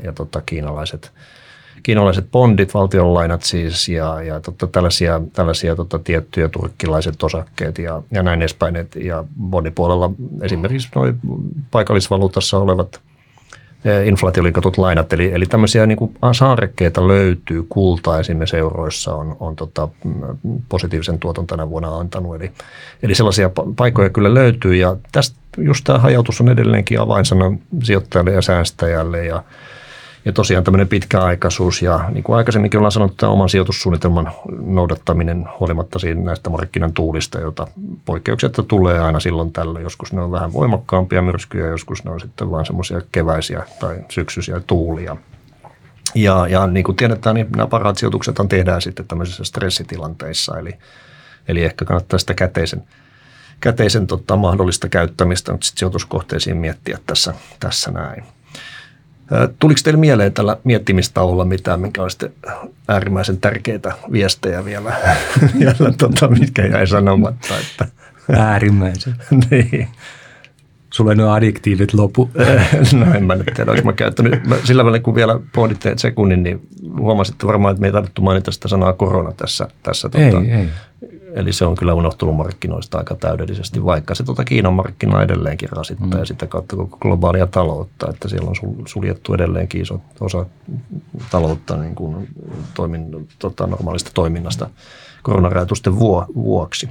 kiinalaiset bondit, valtionlainat siis ja tällaisia tiettyjä turkkilaiset osakkeet ja näin edespäin. Ja bondipuolella esimerkiksi noi paikallisvaluutassa olevat inflaatiolinkatut lainat, eli tämmöisiä niin kuin saarekkeita löytyy, kulta esimerkiksi euroissa on positiivisen tuoton tänä vuonna antanut, eli sellaisia paikkoja kyllä löytyy ja tästä just tämä hajautus on edelleenkin avainsana sijoittajalle ja säästäjälle ja Ja tosiaan tämmöinen pitkäaikaisuus ja niin kuin aikaisemminkin ollaan sanottu, tämä oman sijoitussuunnitelman noudattaminen huolimatta siinä näistä markkinan tuulista, joita poikkeuksetta tulee aina silloin tällöin. Joskus ne on vähän voimakkaampia myrskyjä, joskus ne on sitten vaan semmoisia keväisiä tai syksyisiä tuulia. Ja niin kuin tiedetään, niin nämä parhaat sijoituksethan tehdään sitten tämmöisissä stressitilanteissa, eli ehkä kannattaa sitä käteisen mahdollista käyttämistä nyt sitten sijoituskohteisiin miettiä tässä näin. Tuliko teille mieleen tällä miettimistauolla mitään, minkä on sitten äärimmäisen tärkeitä viestejä vielä mitkä jäi sanomatta? Että. Äärimmäisen. Niin. Sulla ei nuo addiktiivit lopu. No en mä nyt tiedä, olisi mä käyttänyt. Sillä välin kun vielä pohditte sekunnin, niin huomasitte varmaan, että me ei tarvittu mainita sitä sanaa korona tässä. Ei. Eli se on kyllä unohtunut markkinoista aika täydellisesti, vaikka se Kiinan markkinaa edelleenkin rasittaa ja sitä kautta koko globaalia taloutta, että siellä on suljettu edelleenkin iso osa taloutta niin kuin normaalista toiminnasta koronarajoitusten vuoksi.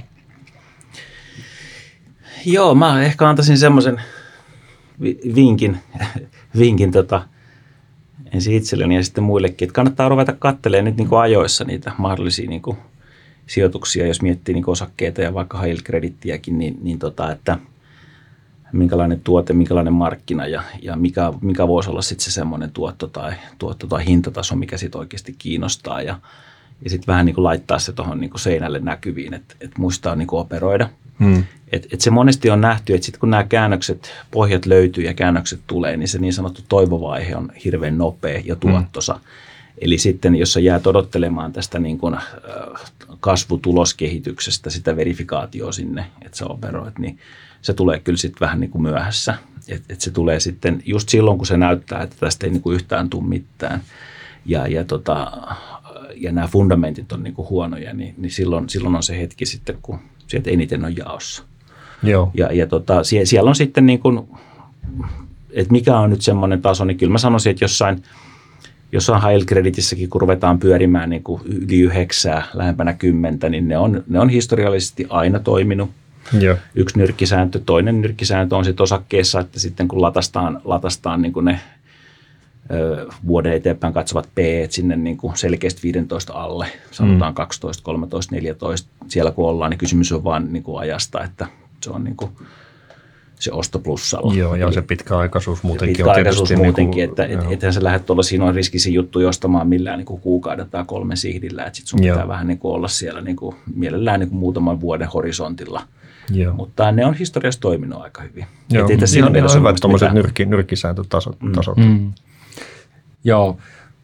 Joo, mä ehkä antaisin semmoisen vinkin ensin itselleni ja sitten muillekin, että kannattaa ruveta katselemaan nyt niin kuin ajoissa niitä mahdollisia niin kuin sijoituksia, jos miettii niin kuin osakkeita ja vaikka high yield credittiäkin, niin että minkälainen tuote, minkälainen markkina ja mikä voisi olla sitten se semmoinen tuotto tai hintataso, mikä sitten oikeasti kiinnostaa ja sitten vähän niin kuin laittaa se tuohon niin kuin seinälle näkyviin, että muistaa niin kuin operoida. Et se monesti on nähty, että sitten kun nämä käännökset, pohjat löytyy ja käännökset tulee, niin se niin sanottu toivovaihe on hirveän nopea ja tuottosa. Eli sitten, jos sä jäät odottelemaan tästä niin kuin kasvutuloskehityksestä sitä verifikaatioa sinne, että sä operoit, niin se tulee kyllä sitten vähän niin kuin myöhässä. Et se tulee sitten just silloin, kun se näyttää, että tästä ei niin kuin yhtään tule mitään. Ja nämä fundamentit on niin kuin huonoja, niin silloin on se hetki sitten, kun sieltä eniten on jaossa. Joo. Siellä on sitten niin kuin, että mikä on nyt semmoinen taso, niin kyllä mä sanoisin, että jossain high yield creditissäkin, kun ruvetaan pyörimään niin kuin yli 9, lähempänä 10, niin ne on historiallisesti aina toiminut. Joo. Yksi nyrkkisääntö, toinen nyrkkisääntö on sitten osakkeessa, että sitten kun latastaan niin kuin ne vuoden eteenpäin katsovat P sinne niin kuin selkeästi 15 alle, sanotaan 12, 13, 14. Siellä kun ollaan, niin kysymys on vaan niin kuin ajasta, että se on niin kuin se osto plussalla. Joo, ja se pitkäaikaisuus muutenkin. Pitkäaikaisuus muutenkin, että ethän sä lähdet tuollaisiin noin riskisiä juttuja ostamaan millään niin kuin kuukauden tai 3 sihdillä, että sit sun pitää vähän niin kuin olla siellä niin kuin, mielellään niin kuin muutaman vuoden horisontilla. Joo. Mutta ne on historiassa toiminut aika hyvin. Joo, on hyvät tuommoiset nyrkkisääntötasot. Joo,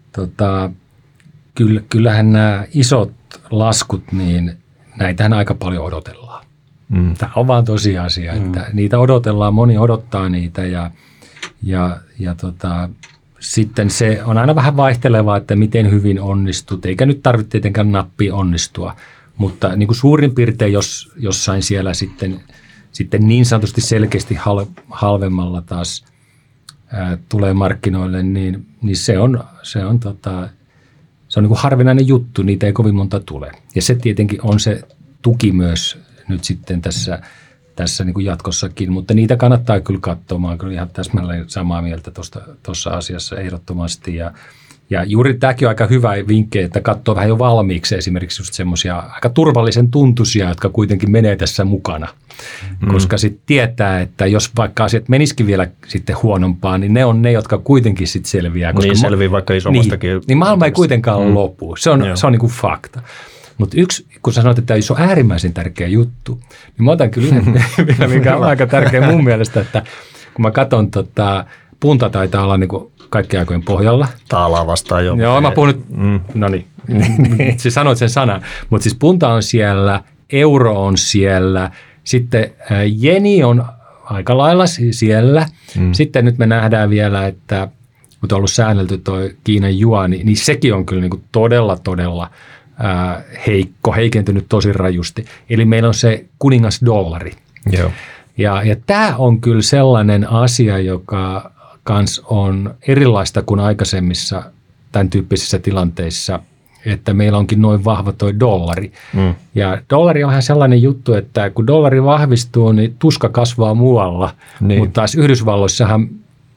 kyllähän nämä isot laskut, niin näitähän aika paljon odotellaan. Tämä on vaan tosiasia, että niitä odotellaan, moni odottaa niitä ja sitten se on aina vähän vaihtelevaa, että miten hyvin onnistut, eikä nyt tarvitse tietenkään nappia onnistua, mutta niin kuin suurin piirtein jossain siellä sitten niin sanotusti selkeästi halvemmalla taas tulee markkinoille, niin se on niin kuin harvinainen juttu, niitä ei kovin monta tule. Ja se tietenkin on se tuki myös nyt sitten tässä niin kuin jatkossakin, mutta niitä kannattaa kyllä katsoa. Mä oon kyllä ihan täsmälleen samaa mieltä tuossa asiassa ehdottomasti. Ja juuri tämäkin on aika hyvä vinkki, että katsoo vähän jo valmiiksi esimerkiksi just semmoisia aika turvallisen tuntuisia, jotka kuitenkin menee tässä mukana. Koska sitten tietää, että jos vaikka asiat menisikin vielä sitten huonompaan, niin ne on ne, jotka kuitenkin sitten selviää. Koska niin selviää vaikka isommastakin. Niin maailma ei kuitenkaan lopu. Se on niin kuin fakta. Mutta yksi, kun sä sanoit, että tämä on äärimmäisen tärkeä juttu, niin mä otan kyllä yhden vielä, mikä on aika tärkeä mun mielestä, että kun mä katson, punta taitaa olla niin kuin kaikkien aikojen pohjalla. Taalaa vastaan jo. Joo, mä puhun nyt, no niin, siis sanoit sen sanan, mutta siis punta on siellä, euro on siellä, sitten jeni on aika lailla siellä. Sitten nyt me nähdään vielä, että kun on ollut säännelty toi Kiinan juani, niin sekin on kyllä niin kuin todella heikentynyt tosi rajusti. Eli meillä on se kuningasdollari. Joo. Ja tämä on kyllä sellainen asia, joka kans on erilaista kuin aikaisemmissa tämän tyyppisissä tilanteissa, että meillä onkin noin vahva toi dollari. Ja dollari on vähän sellainen juttu, että kun dollari vahvistuu, niin tuska kasvaa muualla, mutta taas Yhdysvalloissahan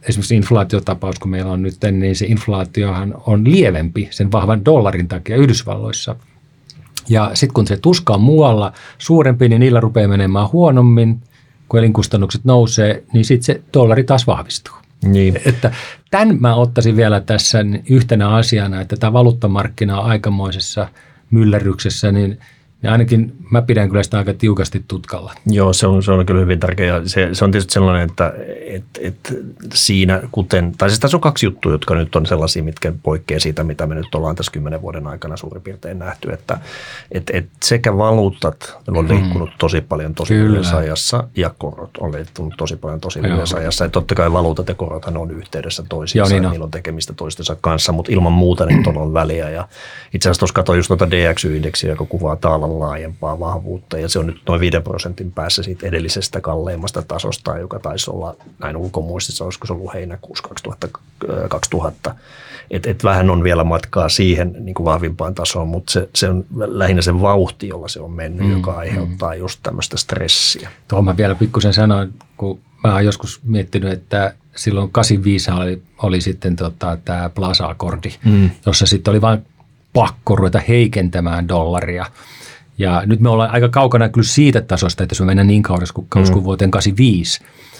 esimerkiksi inflaatiotapaus, kun meillä on nyt, niin se inflaatiohan on lievempi sen vahvan dollarin takia Yhdysvalloissa. Ja sitten kun se tuska on muualla suurempi, niin niillä rupeaa menemään huonommin, kun elinkustannukset nousee, niin sitten se dollari taas vahvistuu. Niin. Että tämän mä ottaisin vielä tässä yhtenä asiana, että tämä valuuttamarkkina on aikamoisessa myllerryksessä, niin ainakin mä pidän kyllä sitä aika tiukasti tutkalla. Joo, se on kyllä hyvin tärkeä. Se on tietysti sellainen, että siinä tai siis tässä on kaksi juttua, jotka nyt on sellaisia, mitkä poikkeaa siitä, mitä me nyt ollaan tässä 10 vuoden aikana suurin piirtein nähty, että sekä valuutat on liikkunut tosi paljon tosi lyhyessä ajassa ja korot on liikkunut tosi paljon tosi lyhyessä ajassa. Että totta kai valuutat ja korothan on yhteydessä toisiinsa ja niillä on tekemistä toistensa kanssa, mutta ilman muuta nyt on väliä. Ja itse asiassa tuossa katsoin just tuota DXY-indeksiä, joka kuvaa taalan laajempaa vahvuutta, ja se on nyt noin 5% päässä siitä edellisestä kalleimmasta tasosta, joka taisi olla näin ulkomuistissa, olisiko se ollut heinäkuussa 2000. Et vähän on vielä matkaa siihen niin kuin vahvimpaan tasoon, mutta se on lähinnä se vauhti, jolla se on mennyt, joka aiheuttaa just tämmöistä stressiä. Tuohon mä vielä pikkusen sanoin, kun mä oon joskus miettinyt, että silloin 85 oli sitten tämä Plaza-akordi, jossa sitten oli vain pakko ruveta heikentämään dollaria. Ja nyt me ollaan aika kaukana kyllä siitä tasosta, että jos me mennään niin kauas kuin vuoteen 85.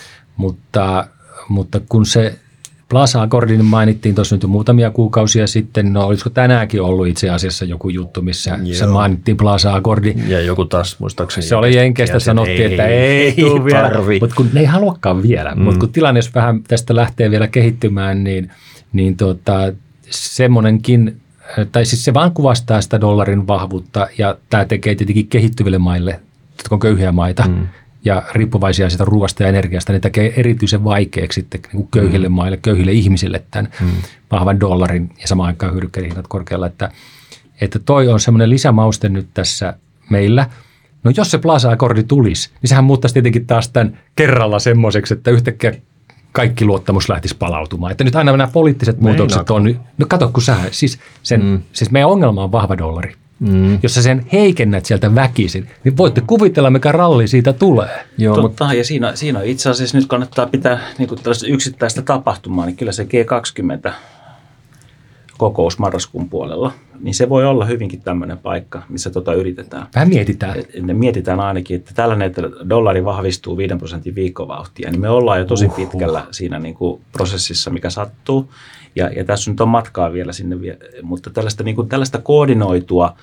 Mutta kun se Plaza-akordi mainittiin tuossa nyt jo muutamia kuukausia sitten, no olisiko tänäänkin ollut itse asiassa joku juttu, missä se mainittiin Plaza-akordi. Ja joku taas muistaakseni. Se oli Jenkeistä, sanottiin, että ei tule vielä, mutta kun ne ei haluakaan vielä. Mutta kun tilanne, jos vähän tästä lähtee vielä kehittymään, niin semmoinenkin, tai siis se vaan kuvastaa sitä dollarin vahvuutta, ja tämä tekee tietenkin kehittyville maille, jotka on köyhiä maita, ja riippuvaisia siitä ruoasta ja energiasta, niin tekee erityisen vaikeaksi sitten niin kuin köyhille maille, köyhille ihmisille tämän vahvan dollarin ja samaan aikaan hyödykkeiden hinnat korkealla, että toi on semmoinen lisämauste nyt tässä meillä. No jos se Plaza-akordi tulisi, niin sehän muuttaisi tietenkin taas tämän kerralla semmoiseksi, että yhtäkkiä kaikki luottamus lähtisi palautumaan. Että nyt aina nämä poliittiset muutokset on, no kato kun siis meidän ongelma on vahva dollari. Jos sä sen heikennät sieltä väkisin, niin voitte kuvitella, mikä ralli siitä tulee. Joo, totta, ja siinä on itse asiassa nyt kannattaa pitää niin kuin tällaista yksittäistä tapahtumaa, niin kyllä se G20 kokous marraskuun puolella, niin se voi olla hyvinkin tämmöinen paikka, missä yritetään. Vähän mietitään. Mietitään ainakin, että tällainen, että dollari vahvistuu 5% viikkovauhtia, niin me ollaan jo tosi pitkällä siinä niin kuin prosessissa, mikä sattuu. Ja tässä nyt on matkaa vielä sinne, mutta tällaista koordinoitua,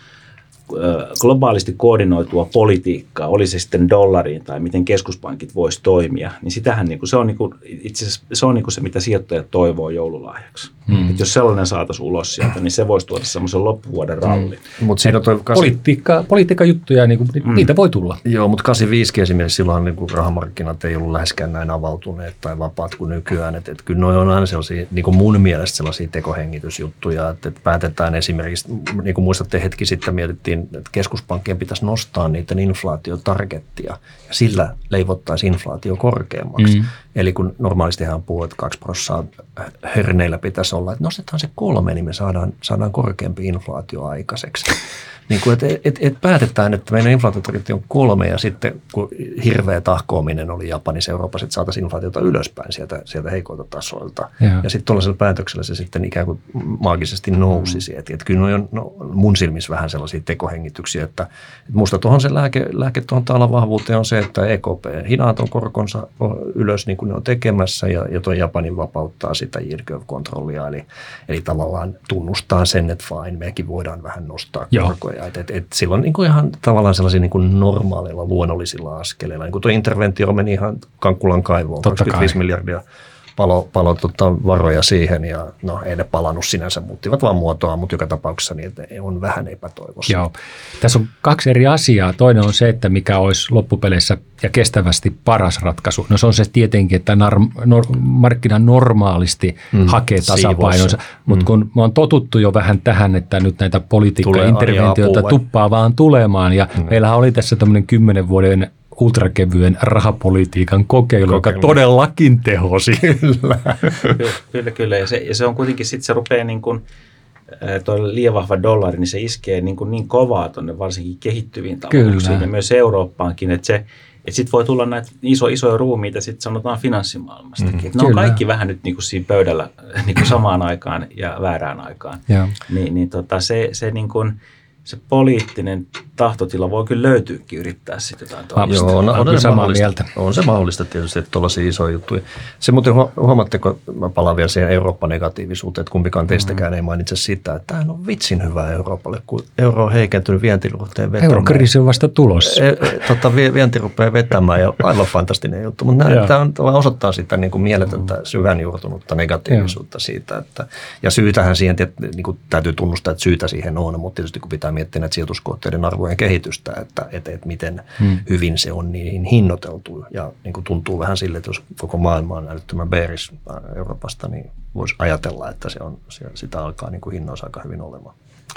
globaalisti koordinoitua politiikkaa, oli se sitten dollariin tai miten keskuspankit voisi toimia, niin sitähän se on itse asiassa se on se, mitä sijoittajat toivoo joululahjaksi. Että jos sellainen saataisiin ulos sieltä, niin se voisi tuoda semmoisen loppuvuoden rallin. Mutta siinä politiikka juttuja, niitä voi tulla. Joo, mutta 85 esimerkiksi silloin rahamarkkinat ei ollut läheskään näin avautuneet tai vapaat kuin nykyään. Että kyllä noi on aina sellaisia, mun mielestä sellaisia tekohengitysjuttuja, että päätetään esimerkiksi, niin kuin muistatte hetki sitten mietittiin, että keskuspankkien pitäisi nostaa niiden inflaatiotargettia ja sillä leivottaisiin inflaatio korkeammaksi. Eli kun normaalistihan puhuu, että 2% herneillä pitäisi olla, että nostetaan se 3, niin me saadaan korkeampi inflaatio aikaiseksi. Niin kuin, että päätetään, että meidän inflaatiotargetti on 3 ja sitten kun hirveä tahkoaminen oli Japanissa Euroopassa, että saataisiin inflaatiota ylöspäin sieltä heikoilta tasoilta. Ja sitten tuollaisella päätöksellä se sitten ikään kuin maagisesti nousisi. Että kyllä ne on mun silmissä vähän sellaisia tekohengityksiä, että musta tuohon se lääke tuohon taalan vahvuuteen on se, että EKP hinaa tuon korkonsa ylös niin kuin ne on tekemässä ja tuo Japanin vapauttaa sitä yield curve-kontrollia. Eli tavallaan tunnustaa sen, että fine, mekin voidaan vähän nostaa korkoja. Et silloin niin kuin ihan tavallaan sellaisilla niin kuin normaaleilla luonnollisilla askeleilla. Niin kuin tuo interventio meni ihan Kankkulan kaivoon, 25 miljardia palo varoja siihen ja no ei ne palannut sinänsä, muuttivat vaan muotoa, mutta joka tapauksessa niin on vähän epätoivoisia. Joo. Tässä on 2 eri asiaa. Toinen on se, että mikä olisi loppupeleissä ja kestävästi paras ratkaisu. No se on se tietenkin, että markkina normaalisti hakee tasapainonsa, mutta kun me on totuttu jo vähän tähän, että nyt näitä politiikka-interventioita tuppaa vaan tulemaan ja meillähän oli tässä tämmöinen 10 vuoden ultrakevyen rahapolitiikan kokeilu, joka todellakin tehosi. Kyllä. Ja se on kuitenkin sitten se rupeaa niin kuin, tuo liian vahva dollari, niin se iskee niin kovaa tuonne varsinkin kehittyviin talouksiin ja myös Eurooppaankin, että Sitten voi tulla näitä isoja ruumiita, sitten sanotaan finanssimaailmastakin. Ne on Kyllä. kaikki vähän nyt niin kuin siinä pöydällä niin kuin samaan aikaan ja väärään aikaan. Se niin kuin, se poliittinen tahtotila voi kyllä löytyykin yrittää sitten jotain toista. Joo, on samaa mieltä. On se mahdollista tietysti, että tuollaisia isoja juttuja. Se muuten huomaatteko, mä palaan vielä siihen Eurooppa-negatiivisuuteen, että kumpikaan teistäkään ei mainitse sitä, että tämä on vitsin hyvä Euroopalle, kun euro on heikentynyt, vienti rupeaa vetämään. Eurokriisi on vasta tulossa. Vienti rupeaa vetämään ja aivan fantastinen juttu, mutta tämä osoittaa sitä niin kuin mieletöntä syvän juurtunutta negatiivisuutta siitä. Että, ja syytähän siihen, niin kuin täytyy tunnustaa, että syytä siihen on, mutta tietysti kun pitää miettiä näitä sijoituskohteiden arvojen kehitystä, että miten hyvin se on niin hinnoiteltu. Ja niin kuin tuntuu vähän sille, että jos koko maailma on älyttömän bearish Euroopasta, niin voisi ajatella, että sitä alkaa niin kuin hinnoissa aika hyvin olemaan.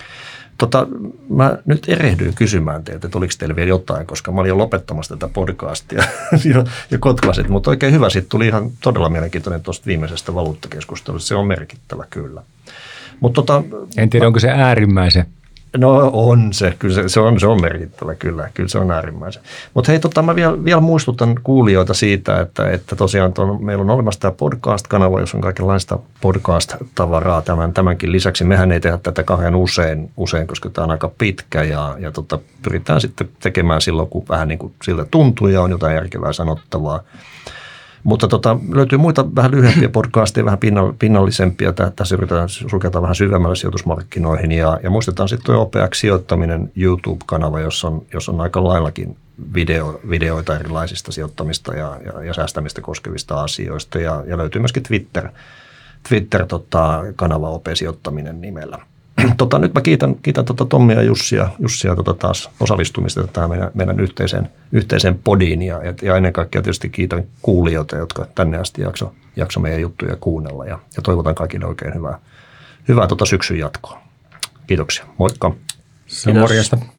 Mä nyt erehdyin kysymään teiltä, että oliko teillä vielä jotain, koska mä olin jo lopettamassa tätä podcastia ja kotkasit, mutta oikein hyvä. Sitten tuli ihan todella mielenkiintoinen tuosta viimeisestä valuuttakeskustelusta. Se on merkittävä kyllä. En tiedä, onko se äärimmäisen. No on se, kyllä se on merkittävä, kyllä se on äärimmäisen. Mutta hei, mä vielä muistutan kuulijoita siitä, että tosiaan meillä on olemassa tämä podcast-kanava, jossa on kaikenlaista podcast-tavaraa tämänkin lisäksi. Mehän ei tehdä tätä kauhean usein, koska tämä on aika pitkä ja pyritään sitten tekemään silloin, kun vähän niin kuin siltä tuntuu ja on jotain järkevää sanottavaa. Mutta löytyy muita vähän lyhyempiä podcasteja, vähän pinnallisempia. Tässä yritetään sulkeutua vähän syvemmälle sijoitusmarkkinoihin. Ja muistetaan sitten tuo OPX sijoittaminen YouTube-kanava, jossa on aika laillakin videoita erilaisista sijoittamista ja säästämistä koskevista asioista. Ja löytyy myöskin Twitter-kanava OP-sijoittaminen nimellä. Nyt mä kiitän Tommi ja Jussia taas osallistumista tähän meidän yhteiseen podiin ja ennen kaikkea tietysti kiitän kuulijoita, jotka tänne asti jakso meidän juttuja kuunnella ja toivotan kaikille oikein hyvää syksyn jatkoa. Kiitoksia. Moikka. Se on morjesta.